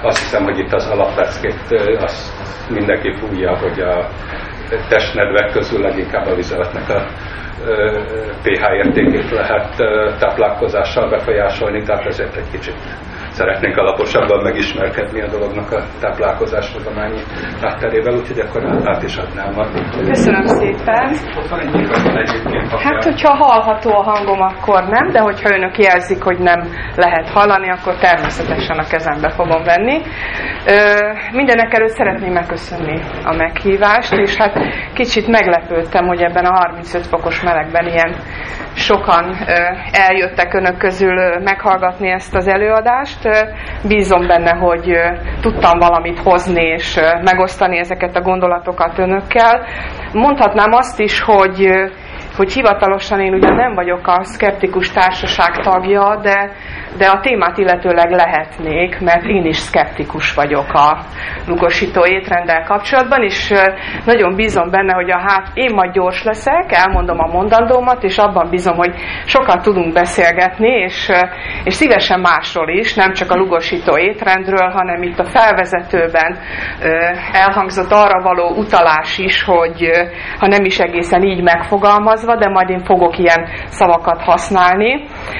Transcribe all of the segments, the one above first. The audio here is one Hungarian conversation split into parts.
azt hiszem, hogy itt az alapleckét azt mindenki tudja, hogy a testnedvek közül leginkább a vizeletnek a pH értékét lehet táplálkozással befolyásolni, tehát ezért egy kicsit szeretnénk alaposabban megismerkedni a dolognak a táplálkozás tudományi hátterével, úgyhogy akkor át is adnám a... Köszönöm szépen. Hát, hogyha hallható a hangom, akkor nem, de hogyha önök jelzik, hogy nem lehet hallani, akkor természetesen a kezembe fogom venni. Mindenekelőtt szeretném megköszönni a meghívást, és hát kicsit meglepődtem, hogy ebben a 35 fokos melegben ilyen sokan eljöttek önök közül meghallgatni ezt az előadást. Bízom benne, hogy tudtam valamit hozni és megosztani ezeket a gondolatokat önökkel. Mondhatnám azt is, hogy hivatalosan én ugyan nem vagyok a szkeptikus társaság tagja, de a témát illetőleg lehetnék, mert én is szkeptikus vagyok a lugosító étrenddel kapcsolatban, és nagyon bízom benne, hogy én majd gyors leszek, elmondom a mondandómat, és abban bízom, hogy sokat tudunk beszélgetni, és szívesen másról is, nem csak a lugosító étrendről, hanem itt a felvezetőben elhangzott arra való utalás is, hogy ha nem is egészen így megfogalmazva, de majd én fogok ilyen szavakat használni,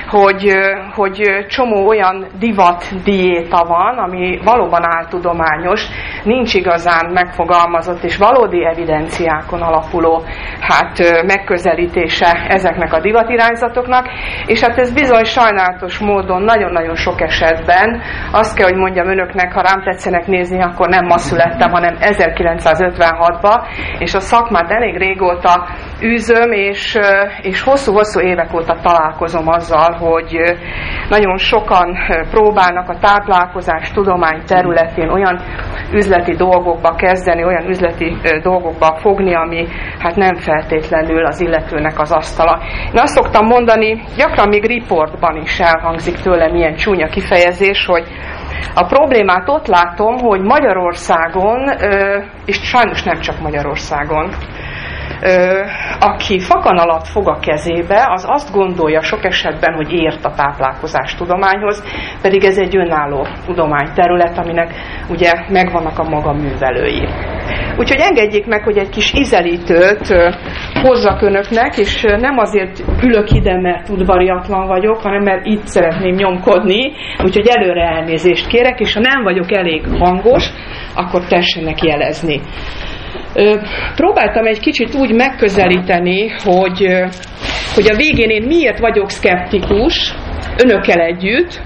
hogy csomó olyan divat diéta van, ami valóban áltudományos, nincs igazán megfogalmazott és valódi evidenciákon alapuló megközelítése ezeknek a divatirányzatoknak, és hát ez bizony sajnálatos módon nagyon-nagyon sok esetben, azt kell, hogy mondjam önöknek, ha rám tetszenek nézni, akkor nem ma születtem, hanem 1956-ban, és a szakmát elég régóta űzöm, és hosszú-hosszú évek óta találkozom azzal, hogy nagyon sokan próbálnak a táplálkozás tudomány területén olyan üzleti dolgokba kezdeni, olyan üzleti dolgokba fogni, ami nem feltétlenül az illetőnek az asztala. Én azt szoktam mondani, gyakran még riportban is elhangzik tőlem ilyen csúnya kifejezés, hogy a problémát ott látom, hogy Magyarországon, és sajnos nem csak Magyarországon, aki fakanalat fog a kezébe, az azt gondolja sok esetben, hogy ért a táplálkozás tudományhoz, pedig ez egy önálló tudományterület, aminek ugye megvannak a maga művelői. Úgyhogy engedjék meg, hogy egy kis ízelítőt hozzak önöknek, és nem azért ülök ide, mert udvariatlan vagyok, hanem mert itt szeretném nyomkodni, úgyhogy előre elnézést kérek, és ha nem vagyok elég hangos, akkor tessenek jelezni. Próbáltam egy kicsit úgy megközelíteni, hogy a végén én miért vagyok szkeptikus önökkel együtt,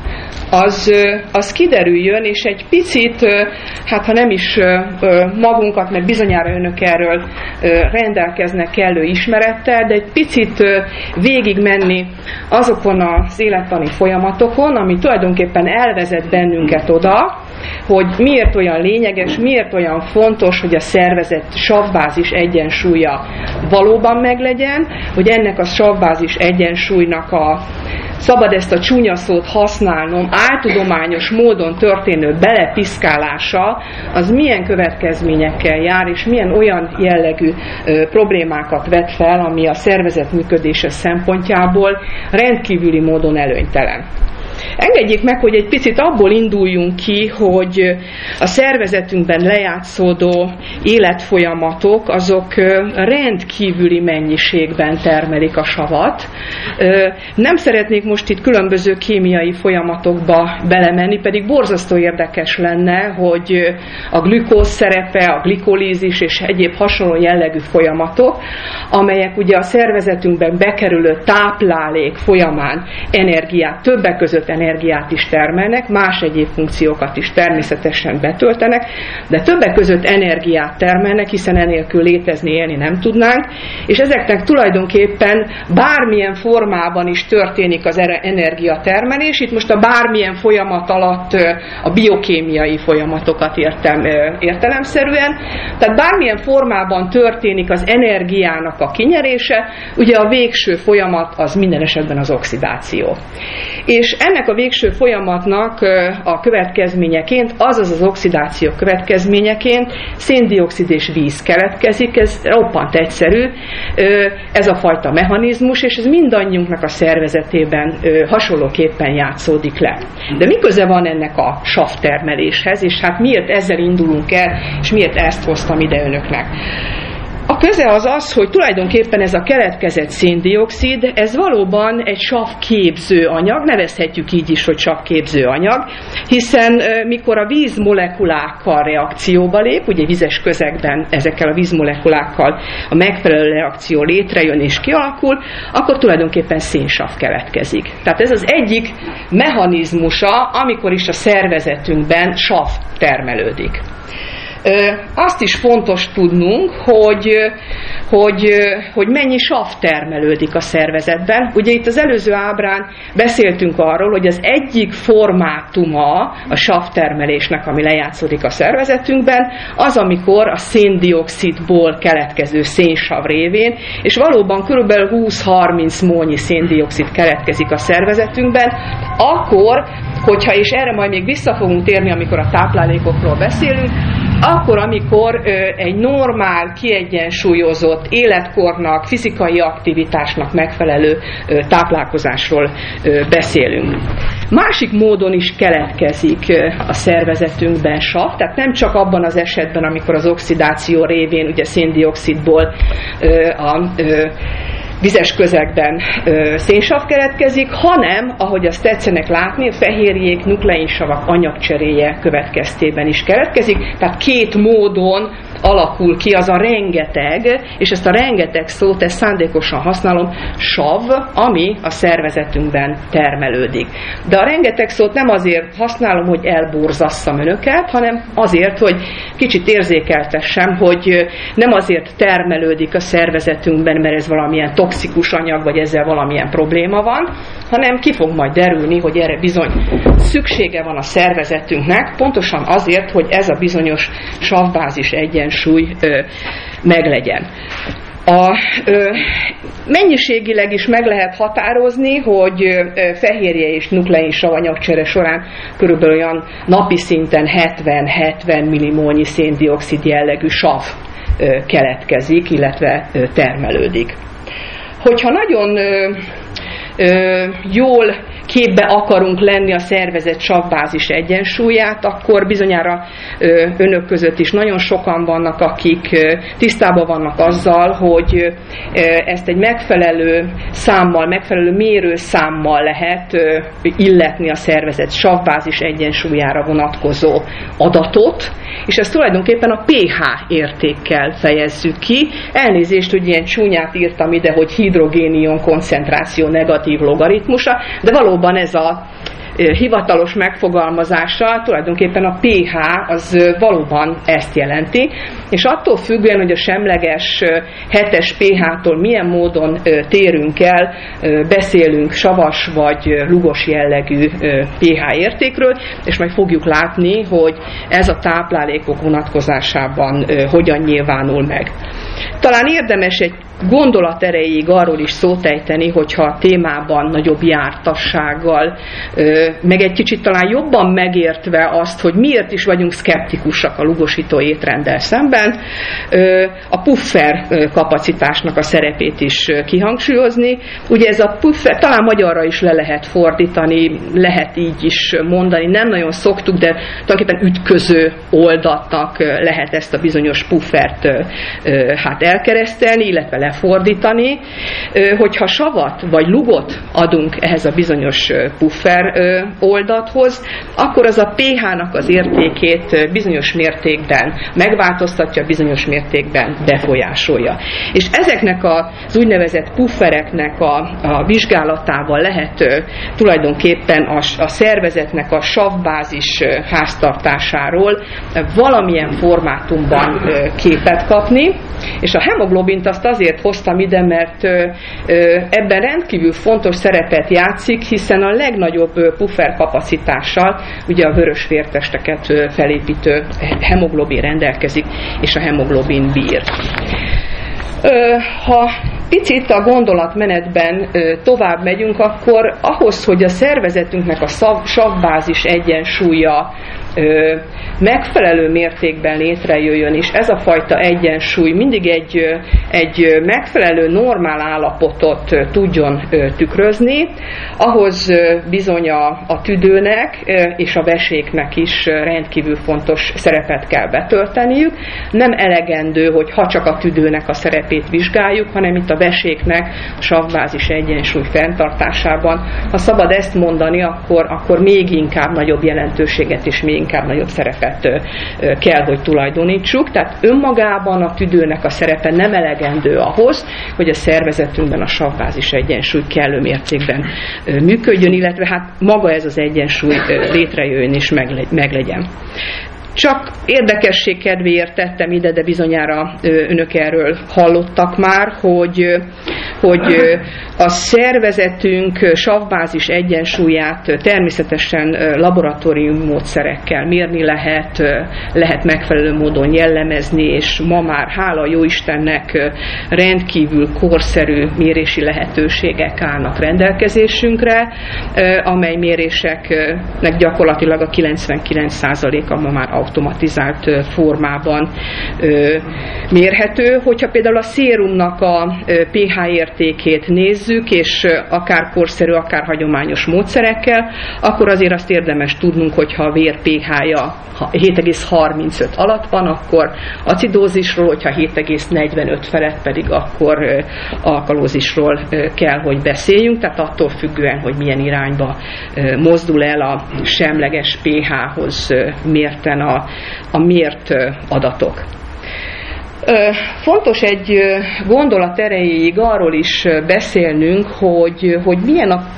az kiderüljön, és egy picit, ha nem is magunkat, mert bizonyára önök erről rendelkeznek kellő ismerettel, de egy picit végigmenni azokon az élettani folyamatokon, ami tulajdonképpen elvezet bennünket oda, hogy miért olyan lényeges, miért olyan fontos, hogy a szervezet savbázis egyensúlya valóban meglegyen, hogy ennek a savbázis egyensúlynak szabad ezt a csúnya szót használnom, áltudományos módon történő belepiszkálása, az milyen következményekkel jár, és milyen olyan jellegű problémákat vet fel, ami a szervezet működése szempontjából rendkívüli módon előnytelen. Engedjék meg, hogy egy picit abból induljunk ki, hogy a szervezetünkben lejátszódó életfolyamatok, azok rendkívüli mennyiségben termelik a savat. Nem szeretnék most itt különböző kémiai folyamatokba belemenni, pedig borzasztó érdekes lenne, hogy a glükóz szerepe, a glikolízis és egyéb hasonló jellegű folyamatok, amelyek ugye a szervezetünkben bekerülő táplálék folyamán energiát, többek között energiát is termelnek, más egyéb funkciókat is természetesen betöltenek, de többek között energiát termelnek, hiszen enélkül létezni, élni nem tudnánk, és ezeknek tulajdonképpen bármilyen formában is történik az energiatermelés. Itt most a bármilyen folyamat alatt a biokémiai folyamatokat értem értelemszerűen, tehát bármilyen formában történik az energiának a kinyerése, ugye a végső folyamat az minden esetben az oxidáció. És ennek a végső folyamatnak a következményeként, azaz az oxidáció következményeként szén-dioxid és víz keletkezik, ez roppant egyszerű, ez a fajta mechanizmus, és ez mindannyiunknak a szervezetében hasonlóképpen játszódik le. De mi köze van ennek a savtermeléshez, és hát miért ezzel indulunk el, és miért ezt hoztam ide önöknek? A köze az az, hogy tulajdonképpen ez a keletkezett szén-dioxid, ez valóban egy savképző anyag, nevezhetjük így is, hogy savképző anyag, hiszen mikor a vízmolekulákkal reakcióba lép, ugye vizes közegben ezekkel a vízmolekulákkal a megfelelő reakció létrejön és kialakul, akkor tulajdonképpen szénsav keletkezik. Tehát ez az egyik mechanizmusa, amikor is a szervezetünkben sav termelődik. Azt is fontos tudnunk, hogy mennyi sav termelődik a szervezetben. Ugye itt az előző ábrán beszéltünk arról, hogy az egyik formátuma a savtermelésnek, ami lejátszódik a szervezetünkben, az, amikor a szén-dioxidból keletkező szénsav révén, és valóban kb. 20-30 mónyi szén-dioxid keletkezik a szervezetünkben, akkor, hogyha, és erre majd még vissza fogunk térni, amikor a táplálékokról beszélünk, akkor, amikor egy normál, kiegyensúlyozott életkornak, fizikai aktivitásnak megfelelő táplálkozásról beszélünk. Másik módon is keletkezik a szervezetünkben sav, tehát nem csak abban az esetben, amikor az oxidáció révén ugye szén-dioxidból a vizes közegben szénsav keletkezik, hanem, ahogy azt tetszenek látni, a fehérjék, nukleinsavak anyagcseréje következtében is keletkezik, tehát két módon alakul ki az a rengeteg, és ezt a rengeteg szót, ezt szándékosan használom, sav, ami a szervezetünkben termelődik. De a rengeteg szót nem azért használom, hogy elborzasszam önöket, hanem azért, hogy kicsit érzékeltessem, hogy nem azért termelődik a szervezetünkben, mert ez valamilyen toxikus anyag, vagy ezzel valamilyen probléma van, hanem ki fog majd derülni, hogy erre bizony szüksége van a szervezetünknek, pontosan azért, hogy ez a bizonyos savbázis egyensúly meglegyen. Mennyiségileg is meg lehet határozni, hogy fehérje és nukleinsav anyagcsere során körülbelül olyan napi szinten 70-70 millimolnyi szén-dioxid jellegű sav keletkezik, illetve termelődik. Hogyha nagyon jól képbe akarunk lenni a szervezet savbázis egyensúlyát, akkor bizonyára önök között is nagyon sokan vannak, akik tisztában vannak azzal, hogy ezt egy megfelelő számmal, megfelelő mérőszámmal lehet illetni a szervezet savbázis egyensúlyára vonatkozó adatot, és ezt tulajdonképpen a pH értékkel fejezzük ki. Elnézést, hogy ilyen csúnyát írtam ide, hogy hidrogénion koncentráció negatív logaritmusa, de valóban ez a hivatalos megfogalmazása, tulajdonképpen a pH az valóban ezt jelenti, és attól függően, hogy a semleges 7-es pH-tól milyen módon térünk el, beszélünk savas vagy lugos jellegű pH értékről, és majd fogjuk látni, hogy ez a táplálékok vonatkozásában hogyan nyilvánul meg. Talán érdemes egy gondolat erejéig arról is szót ejteni, hogyha a témában nagyobb jártassággal, meg egy kicsit talán jobban megértve azt, hogy miért is vagyunk szkeptikusak a lugosító étrenddel szemben, a puffer kapacitásnak a szerepét is kihangsúlyozni. Ugye ez a puffer, talán magyarra is le lehet fordítani, lehet így is mondani, nem nagyon szoktuk, de tulajdonképpen ütköző oldatnak lehet ezt a bizonyos puffert elkeresztelni, illetve lefordítani, hogyha savat vagy lugot adunk ehhez a bizonyos puffer oldathoz, akkor az a pH-nak az értékét bizonyos mértékben megváltoztatja, bizonyos mértékben befolyásolja. És ezeknek az úgynevezett puffereknek a vizsgálatával lehet tulajdonképpen a szervezetnek a savbázis háztartásáról valamilyen formátumban képet kapni, és a hemoglobint azt azért hoztam ide, mert ebben rendkívül fontos szerepet játszik, hiszen a legnagyobb puffer kapacitással ugye a vörös vértesteket felépítő hemoglobin rendelkezik, és a hemoglobin bír. Ha picit a gondolatmenetben tovább megyünk, akkor ahhoz, hogy a szervezetünknek a savbázis egyensúlya megfelelő mértékben létrejöjjön, és ez a fajta egyensúly mindig egy megfelelő normál állapotot tudjon tükrözni, ahhoz bizony a tüdőnek és a veséknek is rendkívül fontos szerepet kell betölteniük. Nem elegendő, hogy ha csak a tüdőnek a szerepét vizsgáljuk, hanem itt a veséknek a savbázis egyensúly fenntartásában. Ha szabad ezt mondani, akkor még inkább nagyobb jelentőséget és még inkább nagyobb szerepet kell, hogy tulajdonítsuk. Tehát önmagában a tüdőnek a szerepe nem elegendő ahhoz, hogy a szervezetünkben a savbázis egyensúly kellő mértékben működjön, illetve hát maga ez az egyensúly létrejöjjön és meglegyen. Csak érdekesség kedvéért tettem ide, de bizonyára önök erről hallottak már, hogy a szervezetünk savbázis egyensúlyát természetesen laboratóriumi módszerekkel mérni lehet megfelelő módon jellemezni, és ma már hála jó Istennek rendkívül korszerű mérési lehetőségek állnak rendelkezésünkre, amely méréseknek gyakorlatilag a 99%-a ma már automatizált formában mérhető. Hogyha például a szérumnak a pH értékét nézzük, és akár korszerű, akár hagyományos módszerekkel, akkor azért azt érdemes tudnunk, hogyha a vér pH-ja 7,35 alatt van, akkor acidózisról, hogyha 7,45 felett pedig akkor alkalózisról kell, hogy beszéljünk, tehát attól függően, hogy milyen irányba mozdul el a semleges pH-hoz mérten a mért adatok. Fontos egy gondolat erejéig arról is beszélnünk, hogy milyen a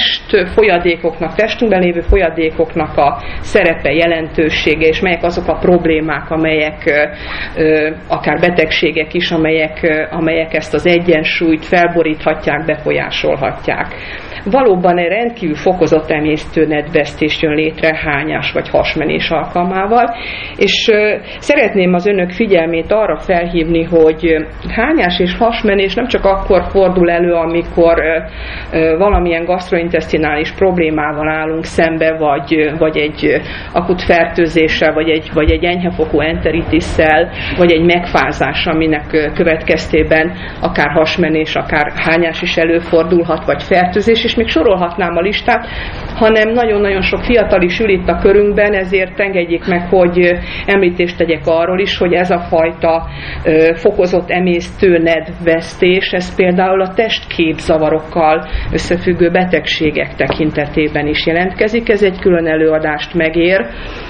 testünkben lévő folyadékoknak a szerepe, jelentősége, és melyek azok a problémák, amelyek akár betegségek is, amelyek ezt az egyensúlyt felboríthatják, befolyásolhatják. Valóban egy rendkívül fokozott emésztőnedvesztés jön létre hányás vagy hasmenés alkalmával, és szeretném az önök figyelmét arra felhívni, hogy hányás és hasmenés nem csak akkor fordul elő, amikor valamilyen gastrointesztinális problémával állunk szembe, vagy egy akut fertőzéssel, vagy egy enyhefokú enteritisszel, vagy egy megfázás, aminek következtében akár hasmenés, akár hányás is előfordulhat, vagy fertőzés, és még sorolhatnám a listát, hanem nagyon-nagyon sok fiatal is ül itt a körünkben, ezért engedjék meg, hogy említést tegyek arról is, hogy ez a fajta fokozott emésztőnedvesztés, ez például a testképzavarokkal összefüggő betegségek tekintetében is jelentkezik. Ez egy külön előadást megér,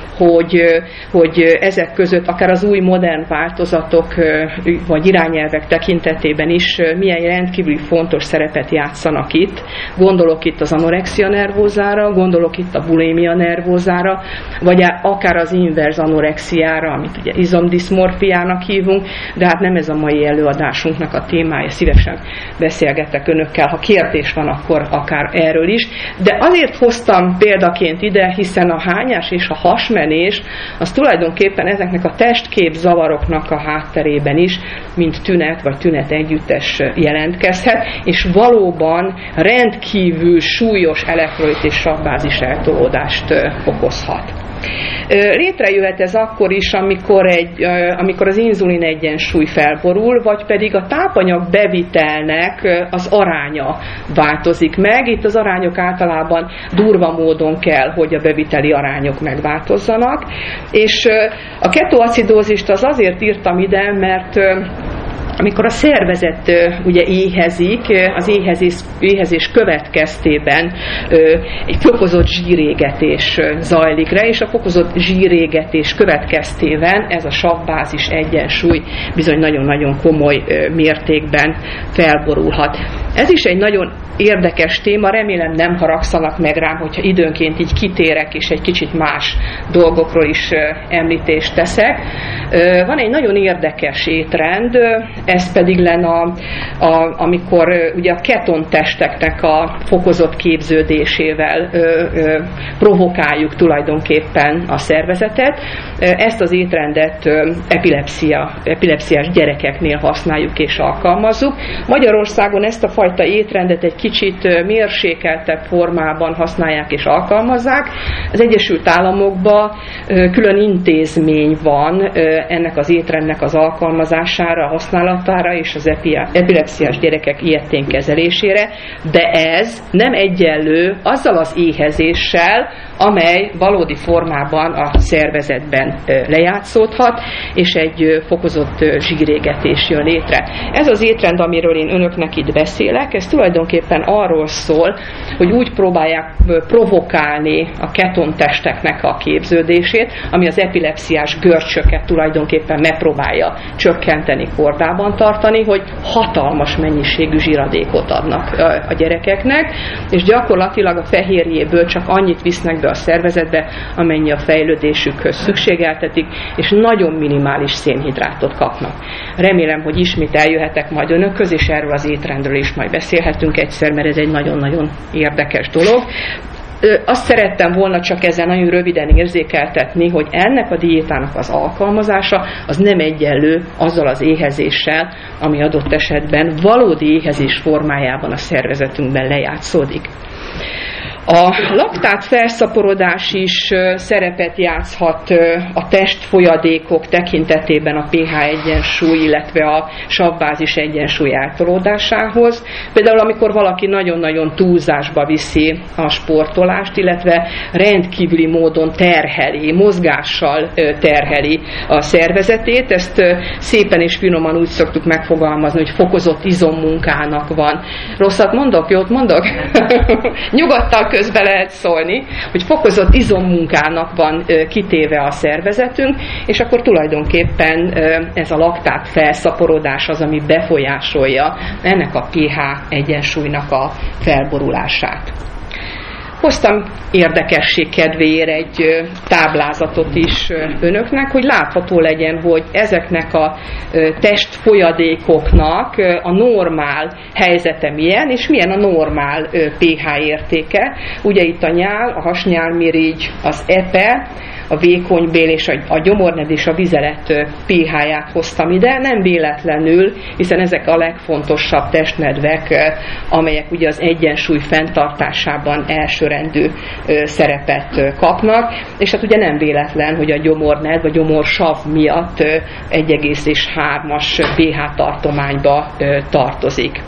hogy ezek között akár az új modern változatok vagy irányelvek tekintetében is milyen rendkívüli fontos szerepet játszanak itt. Gondolok itt az anorexia nervózára, gondolok itt a bulimia nervózára, vagy akár az inverz anorexiára, amit ugye izomdiszmorfiának hívunk, de hát nem ez a mai előadásunknak a témája. Szívesen beszélgetek önökkel, ha kérdés van, akkor akár erről is. De azért hoztam példaként ide, hiszen a hányás és a hasmenés az tulajdonképpen ezeknek a testképzavaroknak a hátterében is, mint tünet vagy tünet együttes jelentkezhet, és valóban rendkívül súlyos elektrolit és savbázis eltolódást okozhat. Létrejöhet ez akkor is, amikor az inzulin egyensúly felborul, vagy pedig a tápanyag bevitelnek az aránya változik meg. Itt az arányok általában durva módon kell, hogy a beviteli arányok megváltozzanak. És a ketoacidózist az azért írtam ide, mert amikor a szervezet ugye éhezik, az éhezés következtében egy fokozott zsírégetés zajlik le, és a fokozott zsírégetés következtében ez a savbázis egyensúly bizony nagyon-nagyon komoly mértékben felborulhat. Ez is egy nagyon érdekes téma, remélem nem haragszanak meg rám, hogyha időnként így kitérek, és egy kicsit más dolgokról is említést teszek. Van egy nagyon érdekes étrend, ez pedig lenne amikor ugye a ketontesteknek a fokozott képződésével provokáljuk tulajdonképpen a szervezetet. Ezt az étrendet epilepsziás gyerekeknél használjuk és alkalmazzuk. Magyarországon ezt a fajta étrendet egy kicsit mérsékeltebb formában használják és alkalmazzák. Az Egyesült Államokban külön intézmény van ennek az étrendnek az alkalmazására, használatára és az epilepsziás gyerekek ilyetén kezelésére, de ez nem egyenlő azzal az éhezéssel, amely valódi formában a szervezetben lejátszódhat, és egy fokozott zsírégetés jön létre. Ez az étrend, amiről én önöknek itt beszélek, ez tulajdonképpen arról szól, hogy úgy próbálják provokálni a ketontesteknek a képződését, ami az epilepsziás görcsöket tulajdonképpen megpróbálja csökkenteni, kordában tartani, hogy hatalmas mennyiségű zsíradékot adnak a gyerekeknek, és gyakorlatilag a fehérjéből csak annyit visznek be a szervezetbe, amennyi a fejlődésükhöz szükségeltetik, és nagyon minimális szénhidrátot kapnak. Remélem, hogy ismét eljöhetek majd önökhöz, és erről az étrendről is majd beszélhetünk egyszer, mert ez egy nagyon-nagyon érdekes dolog. Azt szerettem volna csak ezzel nagyon röviden érzékeltetni, hogy ennek a diétának az alkalmazása az nem egyenlő azzal az éhezéssel, ami adott esetben valódi éhezés formájában a szervezetünkben lejátszódik. A laktát felszaporodás is szerepet játszhat a testfolyadékok tekintetében a pH egyensúly, illetve a savbázis egyensúly eltolódásához. Például amikor valaki nagyon-nagyon túlzásba viszi a sportolást, illetve rendkívüli módon terheli, mozgással terheli a szervezetét, ezt szépen és finoman úgy szoktuk megfogalmazni, hogy fokozott izommunkának van. Rosszat mondok? Jót mondok? Nyugodtan közben lehet szólni, hogy fokozott izommunkának van kitéve a szervezetünk, és akkor tulajdonképpen ez a laktát felszaporodás az, ami befolyásolja ennek a pH egyensúlynak a felborulását. Hoztam érdekesség kedvéért egy táblázatot is önöknek, hogy látható legyen, hogy ezeknek a testfolyadékoknak a normál helyzete milyen, és milyen a normál pH értéke. Ugye itt a nyál, a hasnyálmirigy, az epe, a vékonybél és a gyomorned és a vizelet pH-ját hoztam ide, nem véletlenül, hiszen ezek a legfontosabb testnedvek, amelyek ugye az egyensúly fenntartásában elsőrendű szerepet kapnak, és hát ugye nem véletlen, hogy a gyomorned vagy gyomorsav miatt 1,3-as pH tartományba tartozik.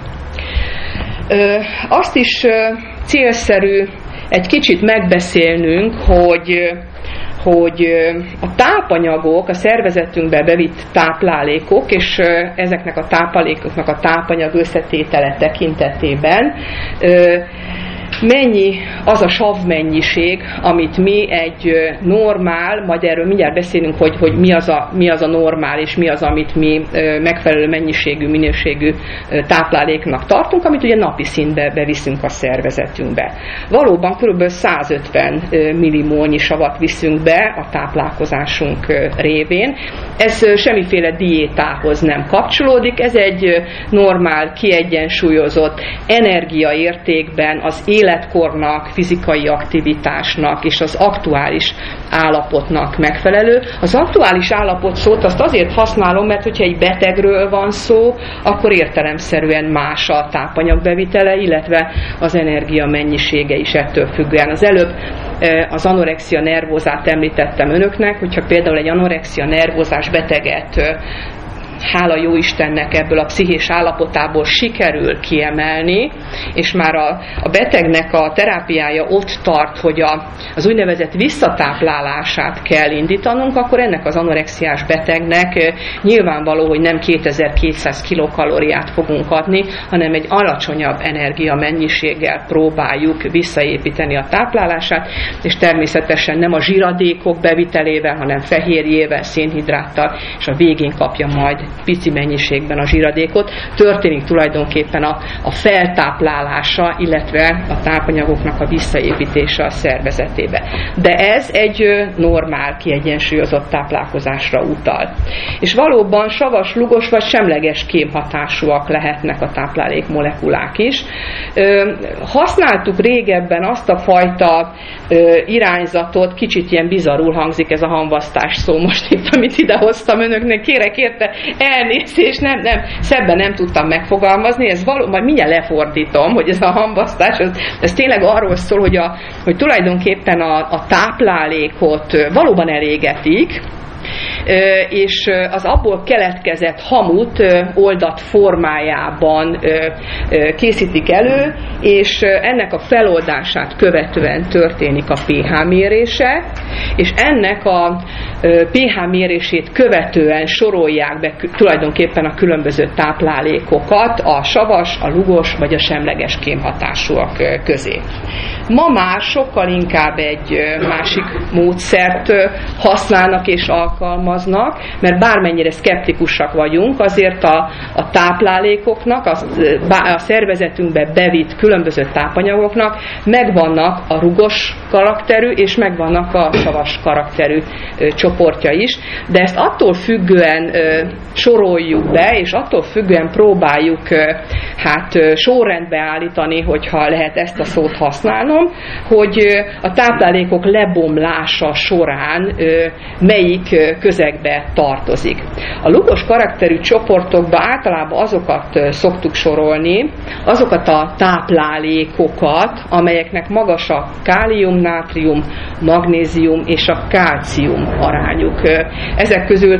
Azt is célszerű egy kicsit megbeszélnünk, hogy a tápanyagok, a szervezetünkbe bevitt táplálékok, és ezeknek a táplálékoknak a tápanyag összetétele tekintetében mennyi az a savmennyiség, amit mi egy normál, majd erről mindjárt beszélünk, hogy mi az a normál, és mi az, amit mi megfelelő mennyiségű, minőségű tápláléknak tartunk, amit ugye napi szintbe beviszünk a szervezetünkbe. Valóban kb. 150 millimolnyi savat viszünk be a táplálkozásunk révén. Ez semmiféle diétához nem kapcsolódik, ez egy normál, kiegyensúlyozott energiaértékben az életkornak, fizikai aktivitásnak és az aktuális állapotnak megfelelő. Az aktuális állapot szót azt azért használom, mert hogyha egy betegről van szó, akkor értelemszerűen más a tápanyagbevitele, illetve az energia mennyisége is ettől függően. Az előbb az anorexia nervózát említettem önöknek, hogyha például egy anorexia nervózás beteget hála jó Istennek ebből a pszichés állapotából sikerül kiemelni, és már a betegnek a terápiája ott tart, hogy az úgynevezett visszatáplálását kell indítanunk, akkor ennek az anorexiás betegnek nyilvánvaló, hogy nem 2200 kilokalóriát fogunk adni, hanem egy alacsonyabb energiamennyiséggel próbáljuk visszaépíteni a táplálását, és természetesen nem a zsíradékok bevitelével, hanem fehérjével, szénhidráttal, és a végén kapja majd pici mennyiségben a zsíradékot, történik tulajdonképpen a feltáplálása, illetve a tápanyagoknak a visszaépítése a szervezetébe. De ez egy normál, kiegyensúlyozott táplálkozásra utal. És valóban savas, lugos vagy semleges kémhatásúak lehetnek a táplálékmolekulák is. Használtuk régebben azt a fajta irányzatot, kicsit ilyen bizarrul hangzik ez a hamvasztás szó most itt, amit idehoztam önöknek, kérek érte elnézést, nem, szebben nem tudtam megfogalmazni, ez majd mindjárt lefordítom, hogy ez a hamvasztás, ez tényleg arról szól, hogy tulajdonképpen a táplálékot valóban elégetik, és az abból keletkezett hamut oldat formájában készítik elő, és ennek a feloldását követően történik a pH mérése, és ennek a pH mérését követően sorolják be tulajdonképpen a különböző táplálékokat a savas, a lugos vagy a semleges kémhatásúak közé. Ma már sokkal inkább egy másik módszert használnak és alkalmaznak, mert bármennyire szkeptikusak vagyunk, azért a táplálékoknak, a szervezetünkbe bevitt különböző tápanyagoknak megvannak a rugos karakterű és megvannak a savas karakterű csoportja is, de ezt attól függően soroljuk be, és attól függően próbáljuk sorrendbe állítani, hogyha lehet ezt a szót használnom, hogy a táplálékok lebomlása során melyik közegbe tartozik. A lugos karakterű csoportokba általában azokat szoktuk sorolni, azokat a táplálékokat, amelyeknek magas a kálium, nátrium, magnézium és a kálcium arányuk. Ezek közül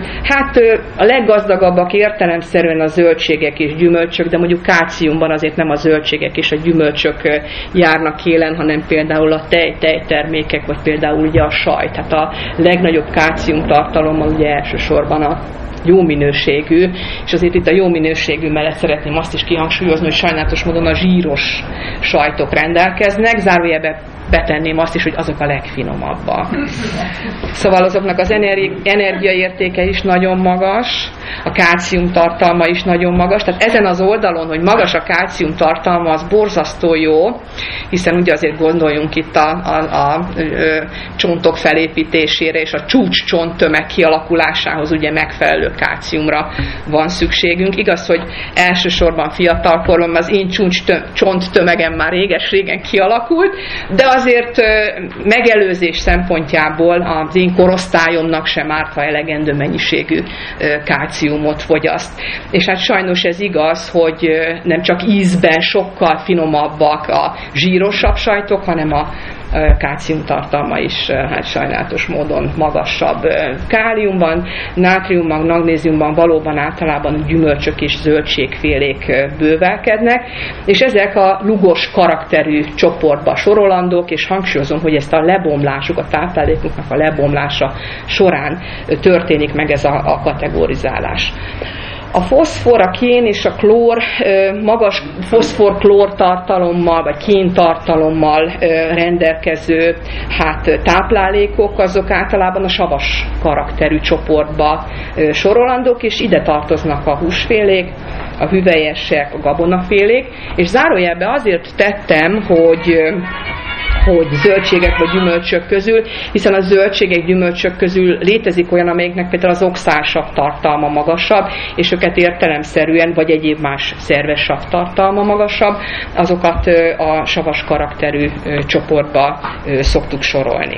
a leggazdagabbak értelemszerűen a zöldségek és gyümölcsök, de mondjuk kálciumban azért nem a zöldségek és a gyümölcsök járnak élen, hanem például a tejtermékek, vagy például ugye a sajt. Tehát a legnagyobb kálcium tartalommal ugye elsősorban a jó minőségű, és azért itt a jó minőségű mellett szeretném azt is kihangsúlyozni, hogy sajnálatos módon a zsíros sajtok rendelkeznek, zárójelbe betenném azt is, hogy azok a legfinomabbak. Szóval azoknak az energiaértéke is nagyon magas, a kálcium tartalma is nagyon magas, tehát ezen az oldalon, hogy magas a kálcium tartalma, az borzasztó jó, hiszen ugye azért gondoljunk itt a csontok felépítésére, és a csúcs csonttömeg kialakulásához ugye megfelelő kálciumra van szükségünk. Igaz, hogy elsősorban fiatalkorban az én csonttömegem már réges-régen kialakult, de azért megelőzés szempontjából az én korosztályomnak sem árt, ha elegendő mennyiségű kálciumot fogyaszt. És hát sajnos ez igaz, hogy nem csak ízben sokkal finomabbak a zsírosabb sajtok, hanem a kálcium tartalma is sajnálatos módon magasabb. Káliumban, nátriumban, magnéziumban valóban általában gyümölcsök és zöldségfélék bővelkednek, és ezek a lugos karakterű csoportba sorolandók, és hangsúlyozom, hogy ezt a lebomlásuk, a táplálékoknak a lebomlása során történik meg ez a kategorizálás. A foszfor, a kén és a klór magas foszfor-klór tartalommal, vagy kén tartalommal rendelkező táplálékok, azok általában a savas karakterű csoportba sorolandók, és ide tartoznak a húsfélék, a hüvelyesek, a gabonafélék, és zárójelbe azért tettem, hogy zöldségek vagy gyümölcsök közül, hiszen a zöldségek, gyümölcsök közül létezik olyan, amelyeknek például az oxálsav tartalma magasabb, és őket értelemszerűen, vagy egyéb más szerves sav tartalma magasabb, azokat a savas karakterű csoportba szoktuk sorolni.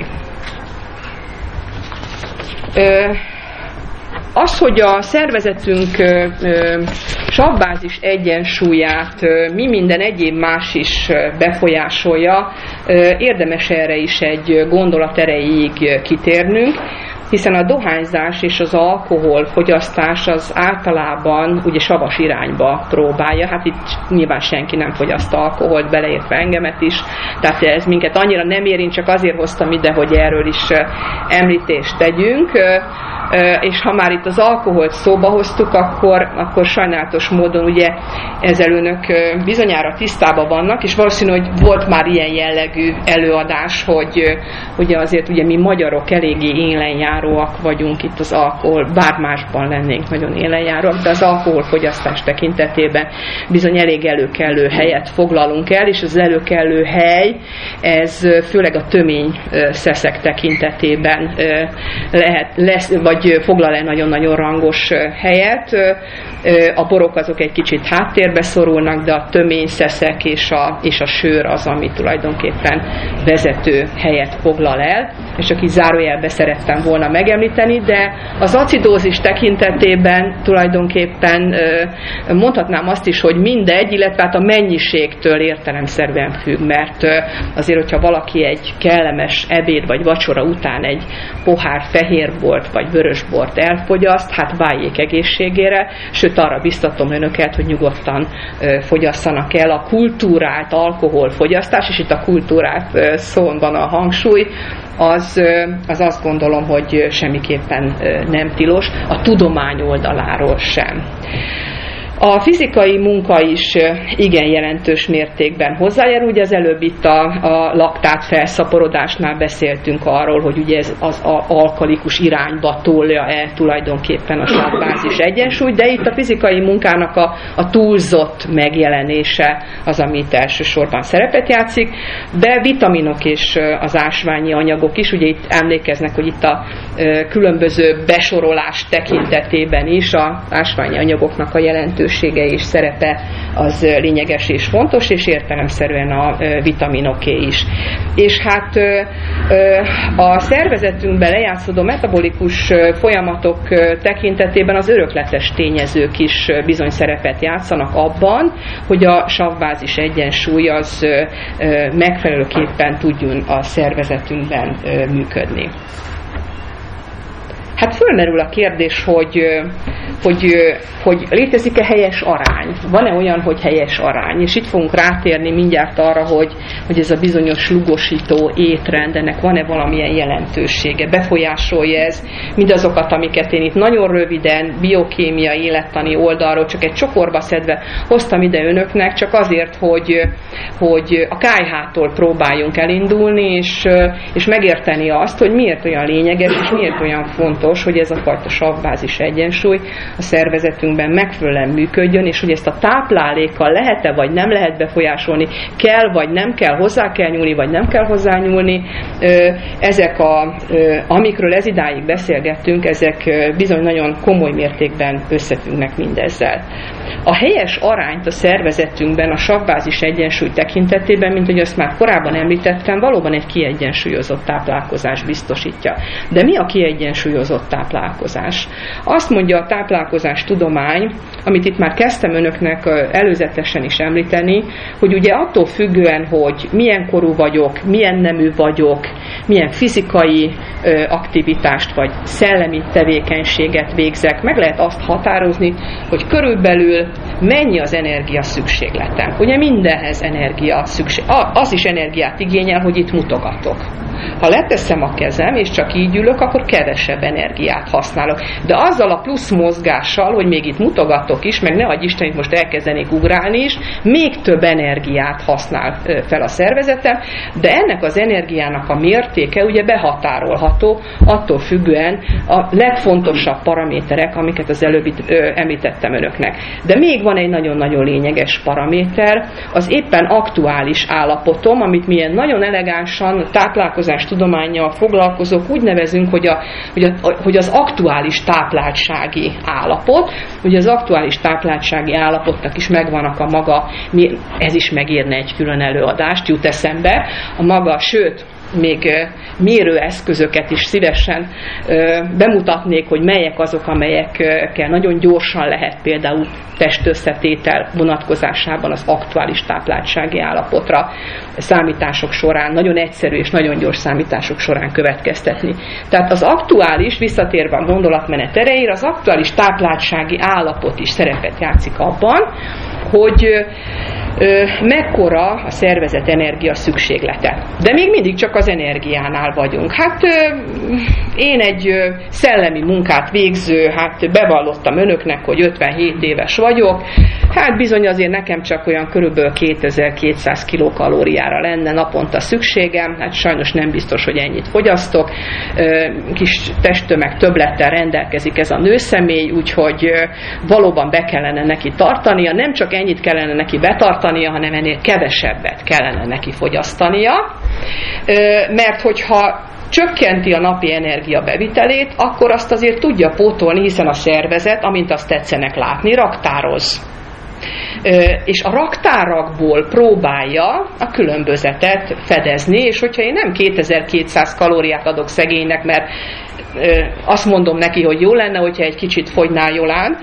Az, hogy a szervezetünk savbázis egyensúlyát mi minden egyéb más is befolyásolja, érdemes erre is egy gondolat erejéig kitérnünk, hiszen a dohányzás és az alkoholfogyasztás az általában ugye savas irányba próbálja, hát itt nyilván senki nem fogyaszt alkoholt, beleértve engemet is, tehát ez minket annyira nem érint, csak azért hoztam ide, hogy erről is említést tegyünk. és ha már itt az alkoholt szóba hoztuk, akkor sajnálatos módon ugye ezzel önök bizonyára tisztában vannak, és valószínű, hogy volt már ilyen jellegű előadás, hogy ugye azért ugye mi magyarok eléggé élenjáróak vagyunk itt az alkohol, bár másban lennénk nagyon élenjáróak, de az alkoholfogyasztás tekintetében bizony elég előkelő helyet foglalunk el, és az előkelő hely, ez főleg a tömény szeszek tekintetében vagy foglal el nagyon-nagyon rangos helyet. A borok azok egy kicsit háttérbe szorulnak, de a tömény szeszek és a sör az, ami tulajdonképpen vezető helyet foglal el, és csak így zárójelbe szerettem volna megemlíteni, de az acidózis tekintetében tulajdonképpen mondhatnám azt is, hogy mindegy, illetve hát a mennyiségtől értelemszerűen függ, mert azért, hogyha valaki egy kellemes ebéd vagy vacsora után egy pohár fehérbort vagy vörösbort elfogyaszt, hát váljék egészségére, sőt arra biztatom önöket, hogy nyugodtan fogyasszanak el. A kultúrált alkoholfogyasztás, és itt a kultúrált szón van a hangsúly, az azt gondolom, hogy semmiképpen nem tilos, a tudomány oldaláról sem. A fizikai munka is igen jelentős mértékben hozzájárul, ugye az előbb itt a laktát felszaporodásnál beszéltünk arról, hogy ugye ez az alkalikus irányba tolja el tulajdonképpen a savbázis egyensúly, de itt a fizikai munkának a túlzott megjelenése az, ami itt elsősorban szerepet játszik, de vitaminok és az ásványi anyagok is, ugye itt emlékeznek, hogy itt a különböző besorolás tekintetében is az ásványi anyagoknak a jelentősége és szerepe az lényeges és fontos, és értelemszerűen a vitaminoké is. És hát a szervezetünkben lejátszódó metabolikus folyamatok tekintetében az örökletes tényezők is bizony szerepet játszanak abban, hogy a savbázis egyensúly az megfelelőképpen tudjon a szervezetünkben működni. Hát fölmerül a kérdés, hogy létezik-e helyes arány? Van-e olyan, hogy helyes arány? És itt fogunk rátérni mindjárt arra, hogy ez a bizonyos lugosító étrend, ennek van-e valamilyen jelentősége? Befolyásolja ez mindazokat, amiket én itt nagyon röviden biokémiai, élettani oldalról csak egy csokorba szedve hoztam ide önöknek, csak azért, hogy a kályhától próbáljunk elindulni, és megérteni azt, hogy miért olyan lényeges, és miért olyan fontos, hogy ez a fajta savbázis egyensúly a szervezetünkben megfelelően működjön, és hogy ezt a táplálékkal lehet-e vagy nem lehet befolyásolni, kell vagy nem kell, hozzá kell nyúlni, vagy nem kell hozzányúlni. Ezek amikről ez idáig beszélgettünk, ezek bizony nagyon komoly mértékben összefüggnek mindezzel. A helyes arányt a szervezetünkben a savbázis egyensúly tekintetében, mint hogy azt már korábban említettem, valóban egy kiegyensúlyozott táplálkozás biztosítja. De mi a kiegyensúlyozott táplálkozás? Azt mondja a táplálkozás tudomány, amit itt már kezdtem önöknek előzetesen is említeni, hogy ugye attól függően, hogy milyen korú vagyok, milyen nemű vagyok, milyen fizikai aktivitást vagy szellemi tevékenységet végzek, meg lehet azt határozni, hogy körülbelül mennyi az energia szükségletem. Ugye mindenhez energia szükség. Az is energiát igényel, hogy itt mutogatok. Ha leteszem a kezem, és csak így ülök, akkor kevesebb energiát használok. De azzal a plusz mozgással, hogy még itt mutogatok is, meg ne adj Isten, itt most elkezdenék ugrálni is, még több energiát használ fel a szervezetem, de ennek az energiának a mértéke ugye behatárolható, attól függően a legfontosabb paraméterek, amiket az előbb említettem önöknek. De még van egy nagyon-nagyon lényeges paraméter, az éppen aktuális állapotom, amit milyen nagyon elegánsan táplálkozás tudománnyal foglalkozók úgy nevezünk, hogy az aktuális tápláltsági állapot. Ugye az aktuális tápláltsági állapotnak is megvannak a maga, ez is megérne egy külön előadást, jut eszembe, a maga, sőt, még mérőeszközöket is szívesen bemutatnék, hogy melyek azok, amelyekkel nagyon gyorsan lehet például testösszetétel vonatkozásában az aktuális tápláltsági állapotra számítások során, nagyon egyszerű és nagyon gyors számítások során következtetni. Tehát az aktuális, visszatérve a gondolatmenet erejére, az aktuális tápláltsági állapot is szerepet játszik abban, hogy mekkora a szervezet energia szükséglete. De még mindig csak az energiánál vagyunk. Hát én egy szellemi munkát végző, bevallottam önöknek, hogy 57 éves vagyok, hát bizony azért nekem csak olyan körülbelül 2200 kilokalóriára lenne naponta szükségem, hát sajnos nem biztos, hogy ennyit fogyasztok, kis testtömeg többlettel rendelkezik ez a nőszemély, úgyhogy valóban be kellene neki tartania, nem csak ennyit kellene neki betartania, hanem ennél kevesebbet kellene neki fogyasztania, mert hogyha csökkenti a napi energia bevitelét, akkor azt azért tudja pótolni, hiszen a szervezet, amint azt tetszenek látni, raktároz. És a raktárakból próbálja a különbözetet fedezni, és hogyha én nem 2200 kalóriát adok szegénynek, mert azt mondom neki, hogy jó lenne, hogyha egy kicsit fogynál Jolán,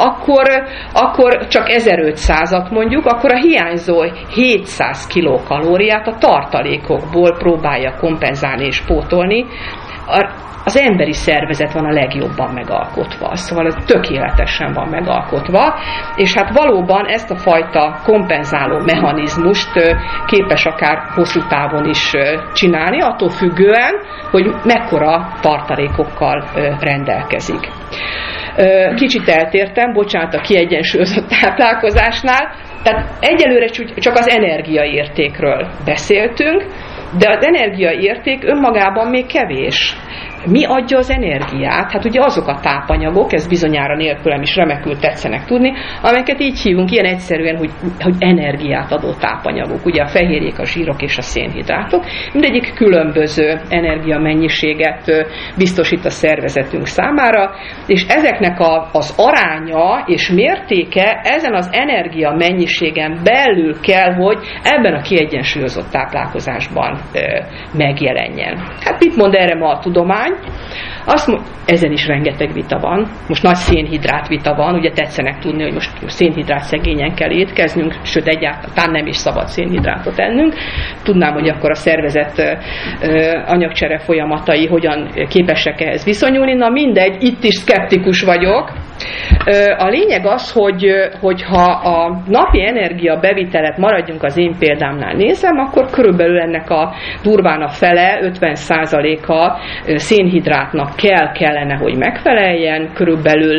akkor csak 1500-at mondjuk, akkor a hiányzó 700 kilokalóriát a tartalékokból próbálja kompenzálni és pótolni. Az emberi szervezet van a legjobban megalkotva, szóval ez tökéletesen van megalkotva, és hát valóban ezt a fajta kompenzáló mechanizmust képes akár hosszú távon is csinálni, attól függően, hogy mekkora tartalékokkal rendelkezik. Kicsit eltértem, bocsánat, a kiegyensúlyozott táplálkozásnál, tehát egyelőre csak az energiaértékről beszéltünk, de az energiaérték önmagában még kevés. Mi adja az energiát? Hát ugye azok a tápanyagok, ez bizonyára nélkülem is remekül tetszenek tudni, amelyeket így hívunk ilyen egyszerűen, hogy energiát adó tápanyagok. Ugye a fehérjék, a zsírok és a szénhidrátok. Mindegyik különböző energiamennyiséget biztosít a szervezetünk számára, és ezeknek az aránya és mértéke ezen az energiamennyiségen belül kell, hogy ebben a kiegyensúlyozott táplálkozásban megjelenjen. Hát mit mond erre ma a tudomány? Ezen is rengeteg vita van. Most nagy szénhidrát vita van, ugye tetszenek tudni, hogy most szénhidrát szegényen kell étkeznünk, sőt egyáltalán nem is szabad szénhidrátot ennünk. Tudnám, hogy akkor a szervezet anyagcsere folyamatai hogyan képesek ehhez viszonyulni. Na mindegy, itt is szkeptikus vagyok. A lényeg az, hogy ha a napi energia bevitelet maradjunk az én példámnál nézem, akkor körülbelül ennek a durván a fele, 50%-a szénhidrátnak kellene, hogy megfeleljen, körülbelül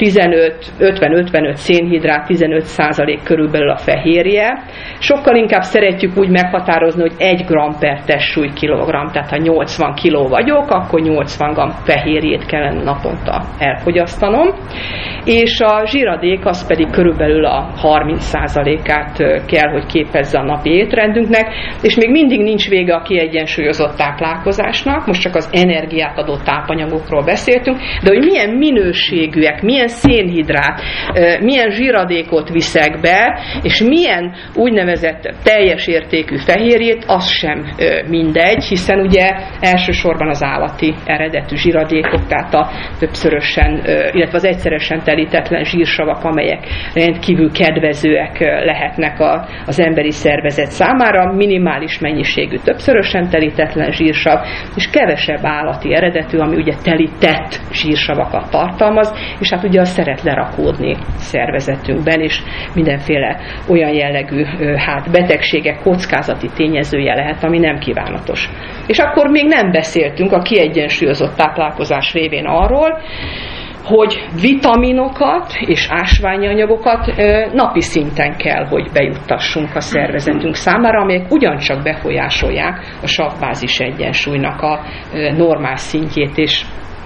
50-55 szénhidrát, 15% körülbelül a fehérje. Sokkal inkább szeretjük úgy meghatározni, hogy 1 g per testsúly kilogramm, tehát ha 80 kg vagyok, akkor 80 g fehérjét kellene naponta elfogyasztanom, és a zsíradék az pedig körülbelül a 30%-át kell, hogy képezze a napi étrendünknek, és még mindig nincs vége a kiegyensúlyozott táplálkozásnak, most csak az energiát adó tápanyagokról beszéltünk, de hogy milyen minőségűek, milyen szénhidrát, milyen zsíradékot viszek be, és milyen úgynevezett teljes értékű fehérjét, az sem mindegy, hiszen ugye elsősorban az állati eredetű zsíradékok, tehát a többszörösen, illetve az egyszeresen telítetlen zsírsavak, amelyek rendkívül kedvezőek lehetnek az emberi szervezet számára, minimális mennyiségű többszörösen telítetlen zsírsav, és kevesebb állati eredetű, ami ugye telített zsírsavakat tartalmaz, és hát ugye az szeret lerakódni szervezetünkben, és mindenféle olyan jellegű betegségek kockázati tényezője lehet, ami nem kívánatos. És akkor még nem beszéltünk a kiegyensúlyozott táplálkozás révén arról, hogy vitaminokat és ásványi anyagokat napi szinten kell, hogy bejuttassunk a szervezetünk számára, amelyek ugyancsak befolyásolják a savbázis egyensúlynak a normál szintjét és